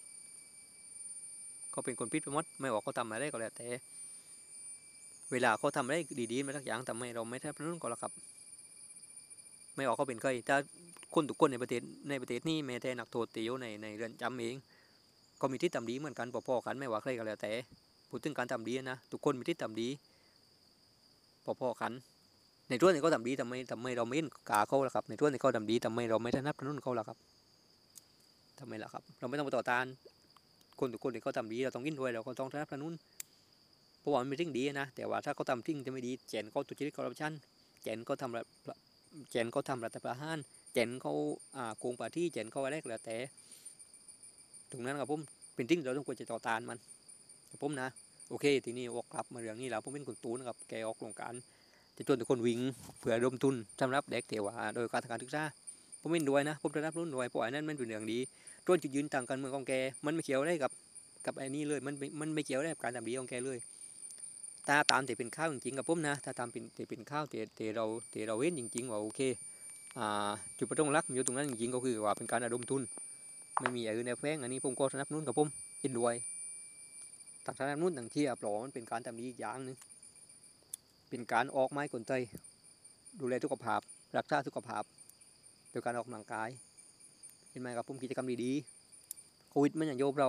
เขาเป็นคนพิษไปหมดไม่บอกเขาทำอะไรก็แล้วแต่เวลาเขาทำอะไรดีๆมาสักอย่างทำให้เราไม่แทบนั้นก็แล้วครับไม่ออกเขาเป็นใครถ้าคนทุกคนในประเทศในประเทศนี้แม้แต่นักโทษตีอยู่ในในเรือนจำเองก็มีที่ทำดีเหมือนกันพอๆกันไม่ว่าใครก็แล้วแต่พูดถึงการทำดีนะทุกคนมีที่ทำดีพอๆกันในช่วงนี้เขาทำดีทำไมทำไมเราไม่กาเขาล่ะครับในช่วงนี้เขาทำดีทำไมเราไม่สนับสนุนเขาล่ะครับทำไมล่ะครับเราไม่ต้องไปต่อต้านคนทุกคนที่เขาทำดีเราต้องยินด้วยเราก็ต้องสนับสนุนเพราะว่ามันเป็นสิ่งดีนะแต่ว่าถ้าเขาทำสิ่งที่ไม่ดีเจนเขาทุจริตคอร์รัปชันเจนเขาทำเจนเขาทำรัฐประหารเจนเขาอ่าโกงป่าที่เจนเขาอะไรก็แล้วแต่ตรงนั้นครับผมเป็นสิ่งเราต้องควรจะต่อต้านมันผมนะโอเคทีนี้ออกกลับมาเรื่องนี้แล้วผมเป็นคนตูนนะครับแกออกโครงการจะชวนทุกคนวิ่งเพื่อระดมทุนสำหรับเด็กเทวาโดยการทางการศึกษาผมเป็นด้วยนะผมจะรับรุ่นด้วยเพราะอันนั้นมันเป็นเรื่องดีต้นจุดยืนทางการเมืองของแกมันไม่เกี่ยวได้กับกับไอ้นี่เลยมันมันไม่เกี่ยวได้กับการทำดีของแกเลยถ้าตามแต่เป็นข้าวจริงๆกับผมนะถ้าตามเป็นแต่เป็นข้าวแต่แต่เราแต่เราเว้นจริงๆว่าโอเคอ่าจุดประสงค์หลักอยู่ตรงนั้นจริงๆก็คือว่าเป็นการระดมทุนไม่มีอะไรในแฝงอันนี้ผมก็สนับสนุนกับผมเห็นด้วยต่างชาตินู้นต่างที่ปลอมันเป็นการทำดีอีกอย่างนึงเป็นการออกไม้กลไกดูแลสุขภาพรักษาสุขภาพโดยการออกกำลังกายเห็นไหมครับผมกิจกรรมดีๆโควิดมันอย่างโยบเรา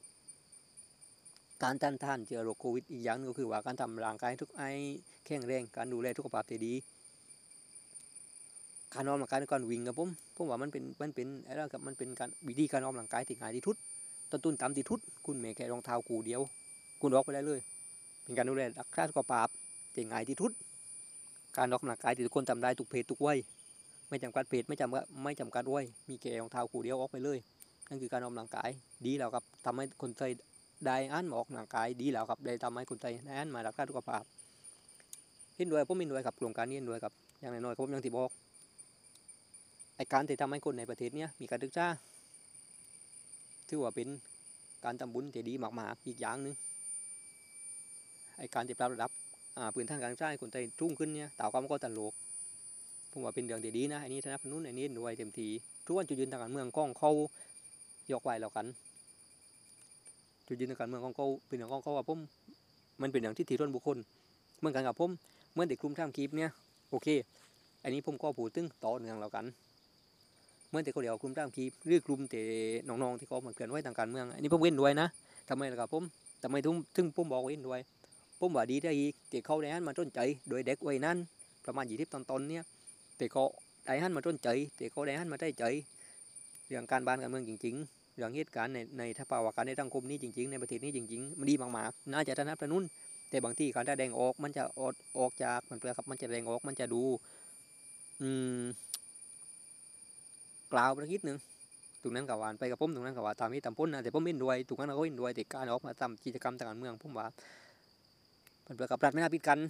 การต้านทานเชื้อโรคโควิดอีกอย่างนึงก็คือว่าการทำร่างกายทุกไอแข็งแรงการดูแลสุขภาพที่ดีการออกกำลังกายในการวิ่งกับผมผมว่ามันเป็นมันเป็นอะไรกับมันเป็นการวิธีการออกกำลังกายที่ง่ายที่สุดต้นทุนต่ำที่สุดคุณไม่แค่รองเท้าคู่เดียวคุณออกไปได้เลยเป็นการดูแลรักษาสุขภาพที่ง่ายที่สุดการออกกำลังกายที่ทุกคนทำได้ทุกเพศทุกวัยไม่จำกัดเพศไม่จำกัดไม่จำกัดวัยมีแค่รองเท้าคู่เดียวออกไปเลยนั่นคือการออกกำลังกายดีแล้วครับทำให้คนไทยได้อ่านออกกำลังกายดีแล้วครับได้ทำให้คนไทยได้อ่านมารักษาสุขภาพเห็นด้วยผมเห็นด้วยกับโครงการนี้เห็นด้วยกับอย่างน้อยๆผมยังที่บอกไอการที่ทำให้คนในประเทศนี้มีการศึกษาถือว่าเป็นการทำบุญที่ดีมากๆอีกอย่างนึงไอการที่ปรับระดับอ่าปืนทางการใช้คนไทยรุ่งขึ้นเนี่ยต่างความก็ตลกผมว่าเป็นเรื่องที่ดีนะอันนี้สนับสนุนอันนี้ด้วยเต็มทีทุกวันจุดยืนทางการเมืองก้องเขายกไว้แล้วกันจุดยืนทางการเมืองของเขาเป็นเรื่องของเขาว่าผมมันเป็นอย่างที่ที่ร่วนบุคคลเหมือนกันกับผมเมื่อเด็กกลุ่มท่ามคลิปเนี่ยโอเคอันนี้ผมก็พูดถึงต่อเนื่องแล้วกันเมื่อเด็กเขาเดียวกลุ่มท่ามคลิปหรือกลุ่มเตะน้องๆที่เขาเหมือนเกินไว้ทางการเมืองอันนี้ผมเว้นด้วยนะทำไมล่ะครับผมทำไมถึงถึงผมบอกเว้นด้วยผมว่าดีได้อีกเด็กเขาได้หันมาสนใจโดยเด็กวัยนั้นประมาณยี่สิบตอนๆเนี่ยเด็กเขาได้หันมาสนใจเด็กเขาได้หันมาได้ใจเรื่องการบ้านการเมืองจริงๆเรื่องเหตุการณ์ในในสภาวะการในสังคมนี้จริงๆในประเทศนี้จริงๆมันดีมากๆน่าจะสนับสนุนแต่บางทีการแสดงออกมันจะออกออกจากมันเปลือกครับมันจะแสดงออกมันจะดูอืมกล่าวประคิดหนึ่งตรงนั้นกับวานไปกับผมตรงนั้นกับว่าตามที่ตามพ้นนะแต่ผมเห็นด้วยตรงนั้นเราก็เห็นด้วยแต่การออกมาทำกิจกรรมทางการเมืองผมว่ามันเปลือกกับรัฐไม่น่าปิดกัน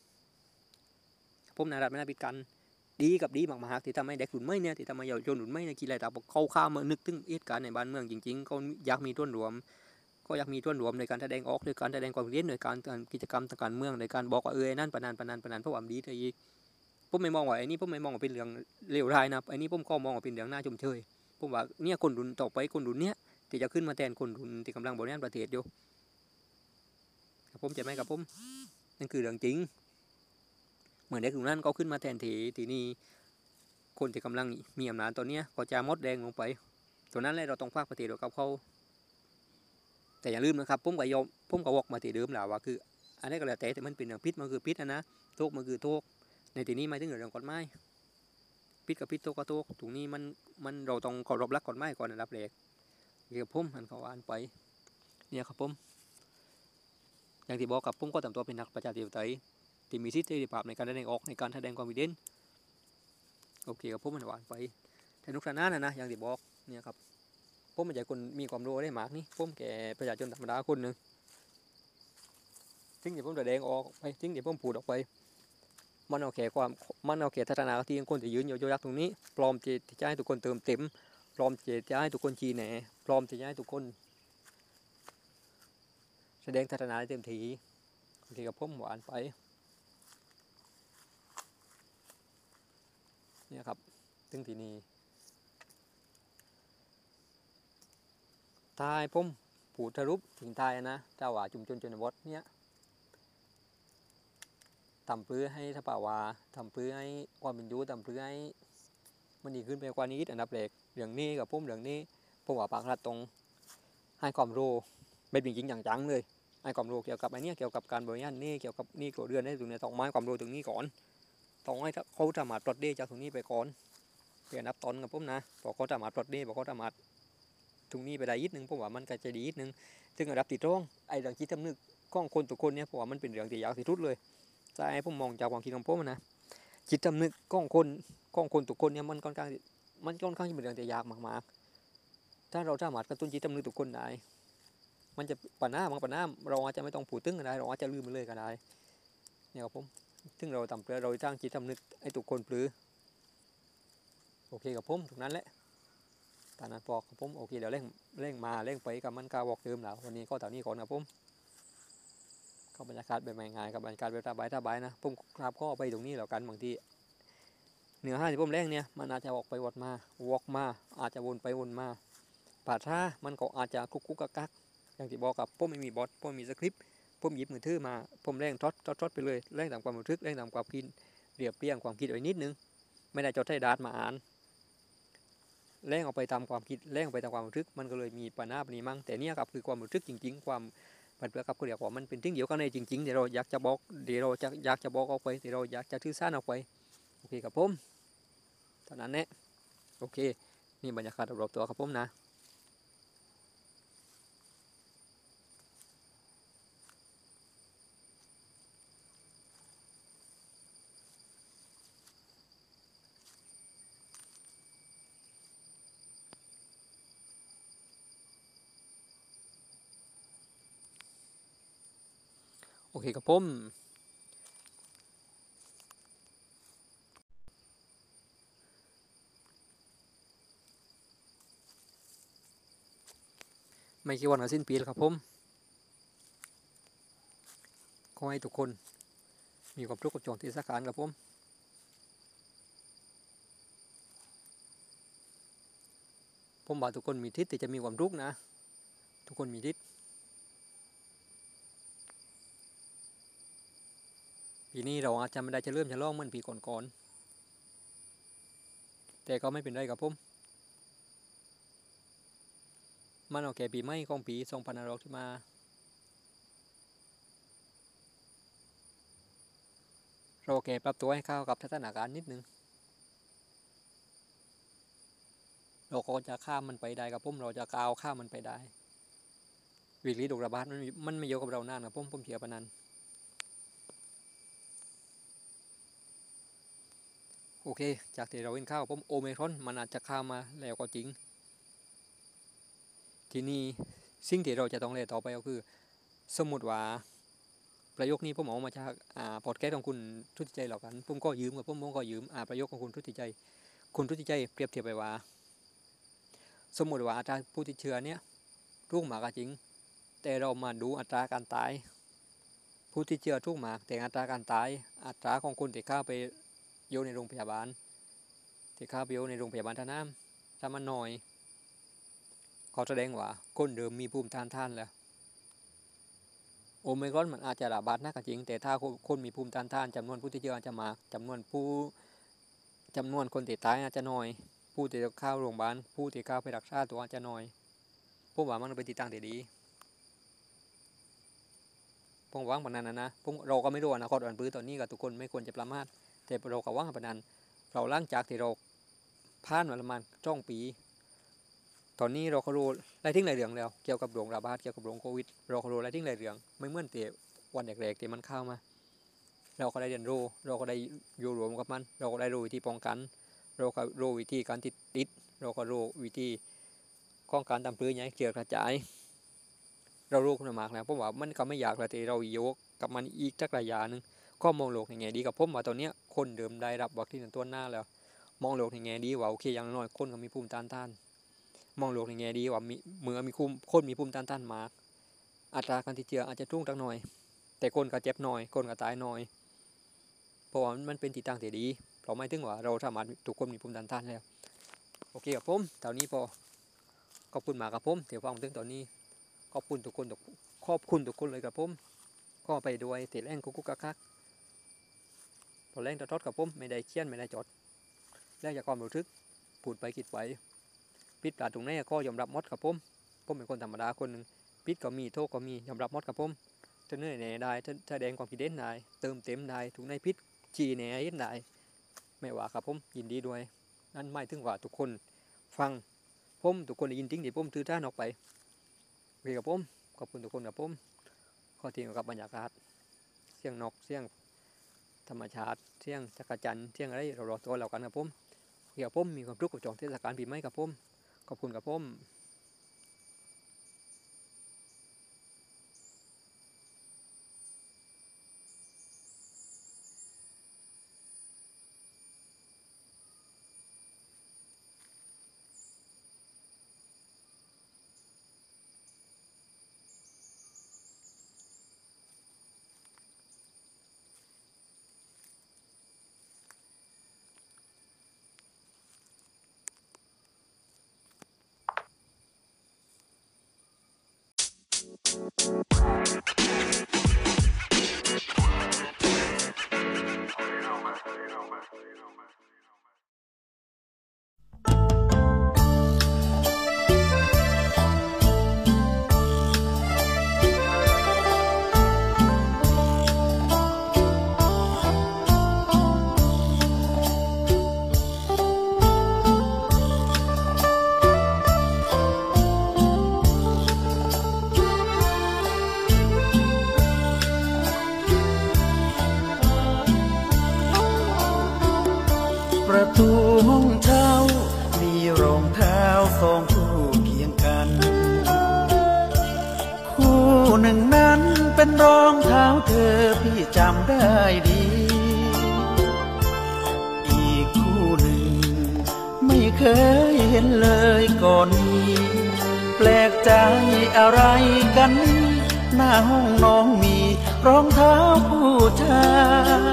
ผมนะรัฐไม่น่าปิดกันดีกับดีมากๆที่ทำให้เด็กหลุนไม่เนี่ยที่ทำให้เยาวชนหลุนไม่เนี่ยกีฬาตาเขาข้ามมานึกถึงเหตุการณ์ในบ้านเมืองจริงๆเขาอยากมีส่วนรวมก็อยากมีส่วนรวมในการแสดงออกในการแสดงความเห็นในการกิจกรรมทางการเมืองในการบอกว่าเออนั่นปนันปนันปนันเพราะว่าดีได้อีกผมไม่มองว่าไอ้นี่ผมไม่มองว่าเป็นเรื่องเลวร้ายนะไอ้นี่ผมก็มองว่าเป็นเรื่องน่าชมเชยผมว่าเนี่ยคนรุ่นต่อไปคนรุ่นเนี้ยที่จะขึ้นมาแทนคนรุ่นที่กำลังบริหารประเทศอยู่กับผมจะไหมกับผมนั่นคือเรื่องจริงเหมือนเด็กรุ่นนั้นก็ขึ้นมาแทนที่ที่นี่คนที่กำลังมีอำนาจตอนนี้ก็จะมดแดงลงไปตัวนั้นเลยเราต้องภาคประเทศกับเขาแต่อย่าลืมนะครับผมก็ยอมผมก็วอกมาที่เดิมแล้วว่าคืออันนี้ก็แล้วแต่แต่มันเป็นเรื่องพิษมันคือพิษนะนะโทษมันคือโทษในที่นี้ไม่ถึงเรื่องกฎหมายพิษกับพิษโทษกับโทษตรงนี้มันมันเราต้องเคารพรักกฎหมายก่อนนะครับเด็กเกี่ยวกับผมมันเขาอ่านไปเนี่ยครับผมอย่างที่บอกกับผมก็ทำตัวเป็นนักประชาธิปไตยที่มีสิทธิเสรีภาพในการแสดงออกในการแสดงความคิดเห็นโอเคกับผมมันหวานไปแต่นุกสนานนะนะอย่างที่บอกเนี่ยครับผมไม่ใช่คนมีความรู้ได้มากนี่ผมแก่ประชาชนธรรมดาคนหนึ่งถึงเดี๋ยวผมแสดงออกไปถึงเดี๋ยวผมพูดออกไปมันเอาแค่ความมันเอาแค่ทัศนคติของคนที่ยืนอยู่ยักษ์ตรงนี้พร้อมที่จะให้ทุกคนเติมเต็มพร้อมที่จะให้ทุกคนชี้แหน่พร้อมที่จะให้ทุกคนแสดงทัศนะเต็มทีโอเคกับผมหวานไปเนี่ยครับถึงที่นี่ทายผมผูดสรุปถึงทายนะเจ้าว่าชุมชนชนบทเนี่ยทำเพื่อให้สภาวะทำเพื่อให้ความเป็นอยู่ทำเพื่อให้มันดีขึ้นไปกว่านี้อันดับแรกเรื่องนี้กับผมเรื่องนี้ผมว่าปากรัฐตรงให้ความรู้เป็นจริงๆจังๆเลยให้ความรู้เกี่ยวกับไอ้นี่เกี่ยวกับการบริหารนี่เกี่ยวกับนี่กลัวเรือนได้ตรงนี้ต้องให้ความรู้ตรงนี้ก่อนต้องให้เขาสามารถปลดเดจากตรงนี้ไปก่อนเพื่อนับตอนกับผมนะพอเขาสามารถปลดเดพอเขาสามารถตรงนี้ไปได้ยิดนึงผมว่ามันก็จะดียิดนึงซึ่งระดับติดร้องไอ้เรื่องจิตสำนึกของคนทุกคนเนี่ยผมว่ามันเป็นเรื่องที่ยากที่สุดเลยใช่ผมมองจากความคิดของผมนะจิตสำนึกของคนของคนทุกคนเนี่ยมันค่อนข้างมันค่อนข้างจะเป็นเรื่องที่ยากมากๆถ้าเราสามารถกระตุ้นจิตสำนึกทุกคนได้มันจะปัญหาบางปัญหาเราอาจจะไม่ต้องพูดถึงก็ได้เราอาจจะลืมมันเลยก็ได้เนี่ยครับผมซึ่งเราทำเพื่อเราสร้างจิตสำนึกให้ทุกคนปลื้มโอเคกับผมตรงนั้นแหละตอนนั้นพอกับผมโอเคเดี๋ยวเร่งเร่งมาเร่งไปกับมันกาวอกเดิมแล้ววันนี้ก็แถวนี้ก่อนครับผมก็บรรยากาศแบบง่ายๆกับบรรยากาศแบบสบายๆนะผมกราบข้อไปตรงนี้แล้วกันบางทีเหนือห้าที่ผมเร่งเนี่ยมันอาจจะออกไปวดมาวอกมาอาจจะวนไปวนมาป่าช้ามันก็อาจจะคุกคุกกักกักอย่างที่บอกกับผมไม่มีบอทผมมีสคริปต์ผมหยิบมือถือมาผมเร่งทอดทอดทอดไปเลยเร่งตามความรู้สึกเร่งตามความคิดเรียบเรียงความคิดไว้นิดนึงไม่ได้จดใส่ดาษมาอ่านเร่งออกไปตามความคิดเร่งออกไปตามความรู้สึกมันก็เลยมีปัญหาแบบนี้มั้งแต่เนี่ยครับคือความรู้สึกจริงๆความมันเปลือกกับเขาเรียกว่ามันเป็นทิ้งเดียวกันในจริงๆเดี๋ยวเราอยากจะบอกเดี๋ยวเราจะอยากจะบอกออกไปเดี๋ยวเราอยากจะทื่อซ่านออกไปโอเคครับผมเท่านั้นแหละโอเคนี่บรรยากาศรอบๆตัวครับผมนะโอเคครับผมไม่กี่วันก็สิ้นปีแล้วครับผมขอให้ทุกคนมีความทุกข์กับช่วงเทศกาลครับผมผมบอกทุกคนมีทิศที่จะมีความทุกข์นะทุกคนมีทิศปีนี้เราอาจจะไม่ได้จะเริ่มจะล่องเหมือนปีก่อนๆแต่ก็ไม่เป็นไรครับผมมันโอเคปีใหม่ของปีสองพันห้าร้อยที่มาเราแกปรับตัวให้เข้ากับสถานการณ์นิดนึงเราก็จะข้ามมันไปได้ครับผมเราจะก้าวข้ามมันไปได้วิกฤตโรคระบาดมันมันไม่เยอะกับเรานานครับผมผมเชื่อปะนั้นโอเคจากที่เราเห็นข้าวผมโอเมครอนมันอาจจะข้ามมาแล้วก็จริงทีนี้สิ่งที่เราจะต้องเรียนต่อไปก็คือสมมติว่าประโยคนี้ผมเอามาจากอ่าพอดแคสต์ของคุณทุติใจเหล่ากันผมก็ยืมกับผมผมก็ยืมอ่าประโยคของคุณทุติใจคุณทุติใจเปรียบเทียบไปว่าสมมติว่าอัตราผู้ติดเชื้อเนี้ยรุ่งมากก็จริงแต่เรามาดูอัตราการตายผู้ติดเชื้อรุ่งมากแต่อัตราการตายอัตราของคนที่เข้าไปอยู่ในโรงพยาบาลที่เข้าไปอยู่ในโรงพยาบาลท่าน้ำถ้ามันน้อยเขาแสดงว่าคนเดิมมีภูมิต้านทานแล้วโอไมครอนมันอาจจะระบาดหนักจริงแต่ถ้าคนมีภูมิต้านทานจำนวนผู้ติดเชื้ออาจจะมากจำนวนผู้จำนวนคนติดตายอาจจะน้อยผู้ที่เข้าโรงพยาบาลผู้ที่เข้าไปรักษาตัวอาจจะน้อยผมว่ามันเป็นทิศทางที่ดีผมหวังแบบนั้นนะนะผมเราก็ไม่รู้อนาคตอันปื้อตอนนี้กับทุกคนไม่ควรจะประมาทแต่เราก็หวังแบบนั้นเราหลังจากที่เราผ่านมาประมาณสองปีตอนนี้เราก็รู้อะไรทิ้งหลายเรื่องแล้วเกี่ยวกับโรคระบาดเกี่ยวกับโรคโควิดเราก็รู้อะไรทิ้งหลายเรื่องไม่เหมือนแต่วันแรกๆที่มันเข้ามาเราก็ได้เรียนรู้เราก็ได้อยู่รวมกับมันเราก็ได้รู้วิธีป้องกันเราก็รู้วิธีการติดติดเราก็รู้วิธีป้องกันตามพื้นอย่างเกี่ยวกระจายเรารู้คุณมากแล้วเพราะว่ามันก็ไม่อยากเลยที่เราโยกกับมันอีกสักระยะนึงก็มองโลกในแง่ดีกับผมว่าตอนนี้คนเดิมได้รับวัคซีนตัวหน้าแล้วมองโลกในแง่ดีว่าโอเคอย่างน้อยคนก็มีภูมิต้านทานมองโลกในแง่ดีว่ามีเมื่อมีคุ้มคนมีภูมิต้านทานมากอัตราการติดเชื้ออาจจะรุ่งตั้งหน่อยแต่คนก็เจ็บน้อยคนก็ตายน้อยเพราะว่ามันเป็นทิศทางที่ดีเพราะไม่ถึงว่าเราสามารถทุกคนมีภูมิต้านทานแล้วโอเคกับผมตอนนี้พอขอบคุณมากกับผมเดี๋ยวฟังถึงตอนนี้ขอบคุณทุกคนขอบคุณทุกคนเลยกับผมก็ไปด้วยติดแรงกุ๊กกุ๊กกักพอแรงจะทอดกับผมไม่ได้เคี่ยนไม่ได้จดแล้วจะความรู้สึกพูดไปคิดไปพิษปลาตรงนี้ก็ยอมรับมดกับผมผมเป็นคนธรรมดาคนหนึ่งพิษก็มีโทษก็มียอมรับมดกับผมจะเหนื่อยแน่ได้จะแสดงความคิดเห็นได้เติมเต็มได้ถูกในพิษจีแหน่เห็นได้ไม่ว่าครับผมยินดีด้วยนั่นหมายถึงว่าทุกคนฟังผมทุกคนได้ยินจริงที่ผมถือท่านออกไปโอเคกับผมขอบคุณทุกคนกับผมข้อที่กับบรรยากาศเสียงนกเสียงธรรมชาติเสียงจักรจันทร์เสียงอะไรเราเราตัวเรากันกับผมเกี่ยวผมมีความทุกข์กับจองเทศกาลปีใหม่กับผมขอบคุณกับผมประตูห้องเช่ามีรองเท้าสองคู่เคียงกันคู่หนึ่งนั้นเป็นรองเท้าเธอพี่จำได้ดีอีกคู่หนึ่งไม่เคยเห็นเลยก่อนนี้แปลกใจอะไรกันหน้าห้องน้องมีรองเท้าผู้ชาย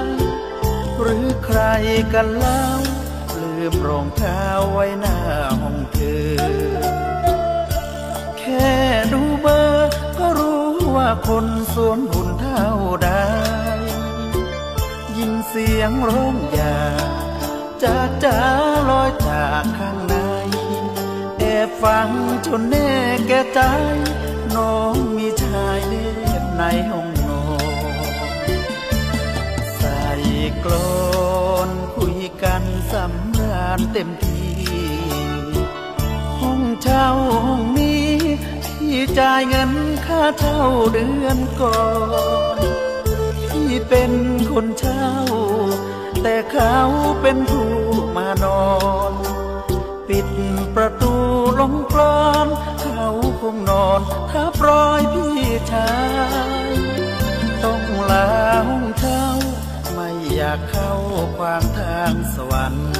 กันแล้วลืมรองเท้าไว้หน้าห้องเธอแค่ดูเบอร์ก็รู้ว่าคนสวมหุ่นเท่าใดยินเสียงร้องอย่าจากจ้าลอยจากข้างในแอบฟังจนแน่แก่ใจน้องมีชายเล็บในห้องนอนใส่กลอนคุยกันสำราญเต็มที่ห้องเช่าห้องนี้ที่จ่ายเงินค่าเช่าเดือนก่อนที่เป็นคนเช่าแต่เขาเป็นผู้มานอนปิดประตูลงกลอนเขาคงนอนทับรอยพี่ชายต้องลาห้องเช่าไม่อยากเข้าขวางทางสวรรค์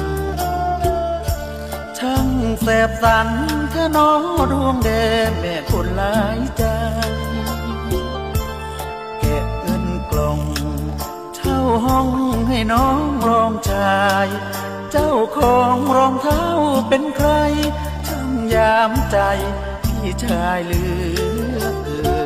ช่างแสบสันแค่น้อดวงแดงแม่คนหลายใจเก็บเงินกล่องเช่าห้องให้น้องรองชายเจ้าของรองเท้าเป็นใครช่างยามใจพี่ชายเหลือเกิน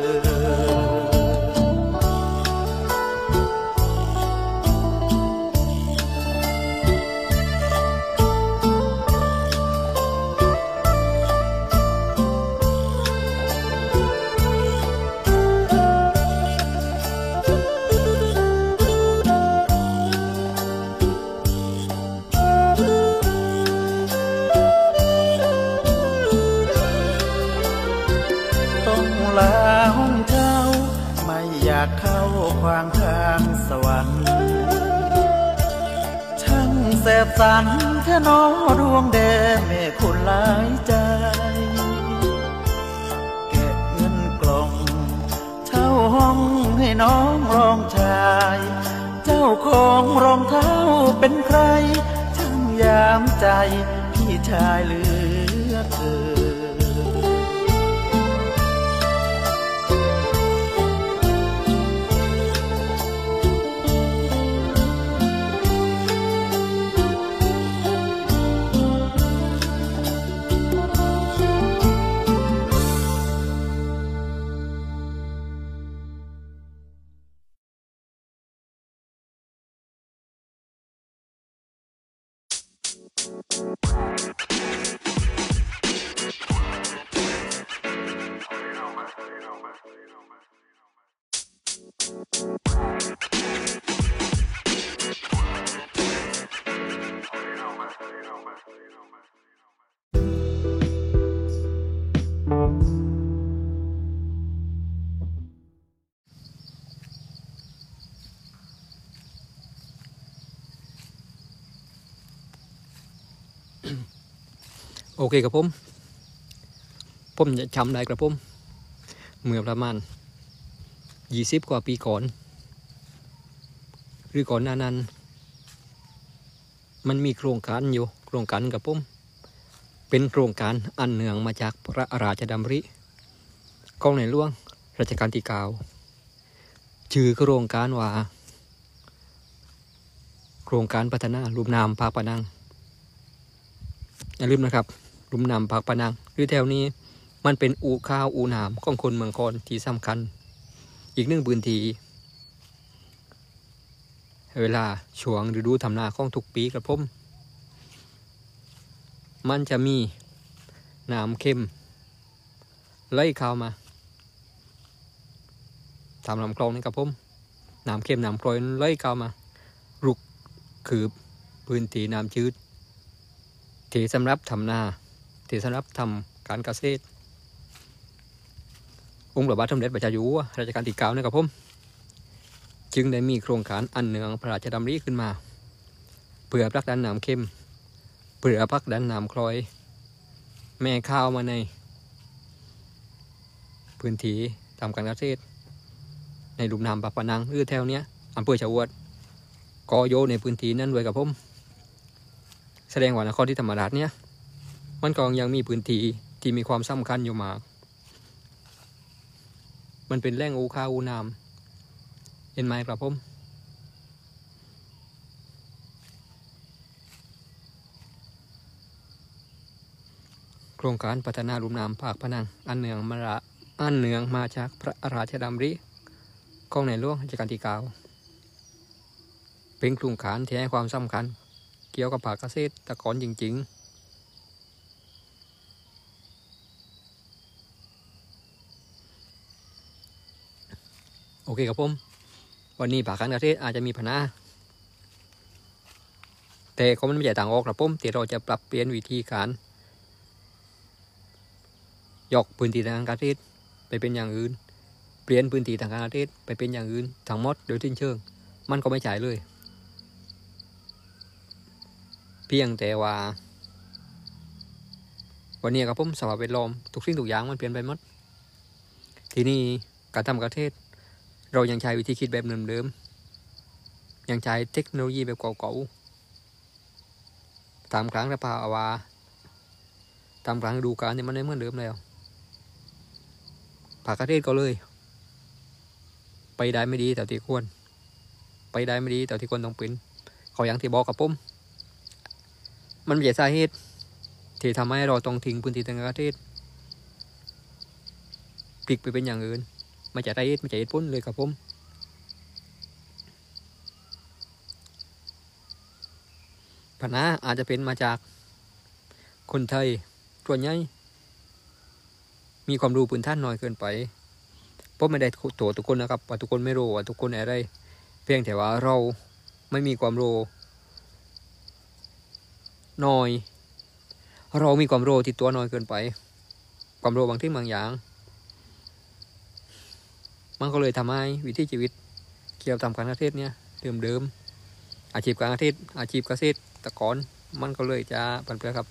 ลาห้องเช่าไม่อยากเข้าขวางทางสวรรค์ช่างแสบสันแค่น้อดวงแดงแม่คนหลายใจเก็บเงินกล่องเช่าห้องให้น้องรองชายเจ้าของรองเท้าเป็นใครช่างยามใจพี่ชายเหลือเกินโอเคครับผมผมจะจำได้ครับผมเมื่อประมาณยี่สิบกว่าปีก่อนหรือก่อนหน้านั้นมันมีโครงการอยู่โครงการกับผมเป็นโครงการอันเนื่องมาจากพระราชดำริของในหลวงรัชกาลที่เก้าชื่อโครงการว่าโครงการพัฒนาลุ่มน้ำปากพนังอย่าลืมนะครับลุ่มน้ำปากพนังหรือแถวนี้มันเป็นอู่ข้าวอู่น้ำของคนเมืองคอนที่สำคัญอีกหนึ่งพื้นที่เวลาช่วงฤดูทำนาของทุกปีครับผมมันจะมีน้ำเค็มไหลเข้ามาทำลำคลองนี่ครับผมน้ำเค็มน้ำกร่อยไหลเข้ามารุกคือพื้นที่น้ำจืดที่สำหรับทำนาที่สำหรับทำการเกษตรองค์พระบาทสมเด็จพระเจ้าอยู่หัวรัชกาลที่เก้านะครับผมจึงได้มีโครงการอันเนื่องพระราชดำริขึ้นมาเพื่อผลักดันน้ำเค็มเพื่อผลักดันน้ำคลอยแม่ข้าวมาในพื้นที่ทำการเกษตรในลุ่มน้ำปากพนังหรือแถวเนี้ยอำเภอชะอวดกอโยในพื้นที่นั้นด้วยกับผมแสดงว่านครที่ธรรมราชเนี้ยมันก็ยังมีพื้นที่ที่มีความสำคัญอยู่มากมันเป็นแหล่งอู่ข้าวอู่น้ำเห็นไหมครับผมโครงการพัฒนาลุ่มน้ำปากพนังอันเนืองมาระอันเนืองมาจากพระราชดำริของในหลวงรัชกาลที่เก้าเป็นโครงการที่ให้ความสำคัญเกี่ยวกับภาคเกษตรกรจริงๆโอเคครับผมวันนี้ภาคการเกษตรอาจจะมีปัญหาแต่ก็มันไม่ใช่ต่างออกครับผมที่เราจะปรับเปลี่ยนวิธีการยกพื้นที่ทางการเกษตรไปเป็นอย่างอื่นเปลี่ยนพื้นที่ทางการเกษตรไปเป็นอย่างอื่นทั้งหมดโดยสิ้นเชิงมันก็ไม่ใช่เลยเพียงแต่ว่าวันนี้ครับผมสภาพแวดล้อมทุกสิ่งทุกอย่างมันเปลี่ยนไปหมดทีนี้การทำเกษตรเรายังใช้วิธีคิดแบบเดิมๆยังใช้เทคโนโลยีแบบเก่าๆตามครั้งและภาวะตามครั้งฤดูกาลเนี่ยมันไม่เหมือนเดิมแล้วภาคเกษตรก็เลยไปได้ไม่ดีแต่ที่ควรไปได้ไม่ดีแต่ที่ควรต้องเป็นเขาอย่างที่บอกกับผมมันไม่ใช่สาเหตุที่ทำให้เราต้องทิ้งพื้นที่ทางการเกษตรพลิกไปเป็นอย่างอื่นไม่ใช่สาเหตุไม่ใช่เหตุผลเลยครับผมปัญหาอาจจะเป็นมาจากคนไทยส่วนใหญ่มีความรู้พื้นฐานน้อยเกินไปเพราะไม่ได้ตัวทุกคนนะครับว่าทุกคนไม่รู้ว่าทุกคนอะไรเพียงแต่ว่าเราไม่มีความรู้น้อยเรามีความรู้ที่ตัวน้อยเกินไปความรู้บางที่บางอย่างมันก็เลยทำให้วิถีชีวิตเกี่ยวกับการเกษตรเนี่ยเดิมๆอาชีพการเกษตรอาชีพเกษตรกรมันก็เลยจะผันเปลี่ยนครับ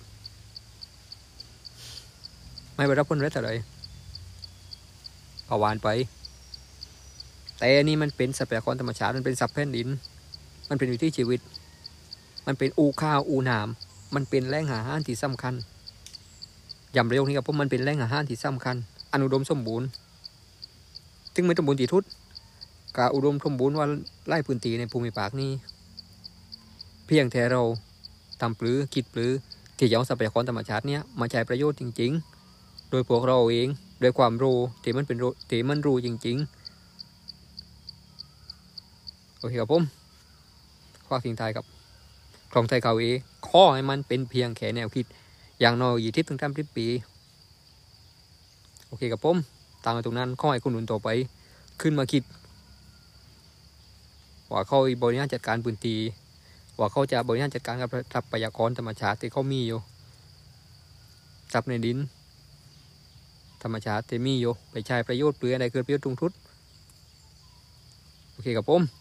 ไม่ไปรับผลอะไรแต่เลยเอาหวานไปแต่อันนี้มันเป็นทรัพยากรธรรมชาติมันเป็นทรัพย์แผ่นดินมันเป็นวิถีชีวิตมันเป็นอูข้าวอูน้ำมันเป็นแหล่งอาหารที่สำคัญย้ำเร็วนี้ครับเพราะมันเป็นแหล่งอาหารที่สำคัญอนุดมสมบูรณ์ถึงไม่สมบูรณ์ที่ทุดกาอุดมสมบูรณ์ว่าไล่พื้นที่ในภูมิภาคนี้เพียงแต่เราทำปลือคิดปลือที่จะเอาทรัพยากรธรรมชาติเนี้ยมาใช้ประโยชน์จริงๆโดยพวกเราเองด้วยความรู้ที่มันเป็นที่มันรู้จริงๆโอเคครับผมฝากทิ้งท้ายครับคลองไทยเขาเอข้อให้มันเป็นเพียงแค่แนวคิดอย่างน้อยยี่สิบถึงสามสิบปีโอเคครับผมตามมาตรงนั้นข้อให้คุณหนุนต่อไปขึ้นมาคิดว่าเขาบริหารจัดการพื้นที่ว่าเขาจะบริหารจัดการกับทรัพยากรธรรมชาติที่เขามีอยู่ทรัพย์ในดินธรรมชาติที่มีอยู่ไปใช้ประโยชน์เพื่ออะไรเกิดประโยชน์ตรงทุดโอเคครับผม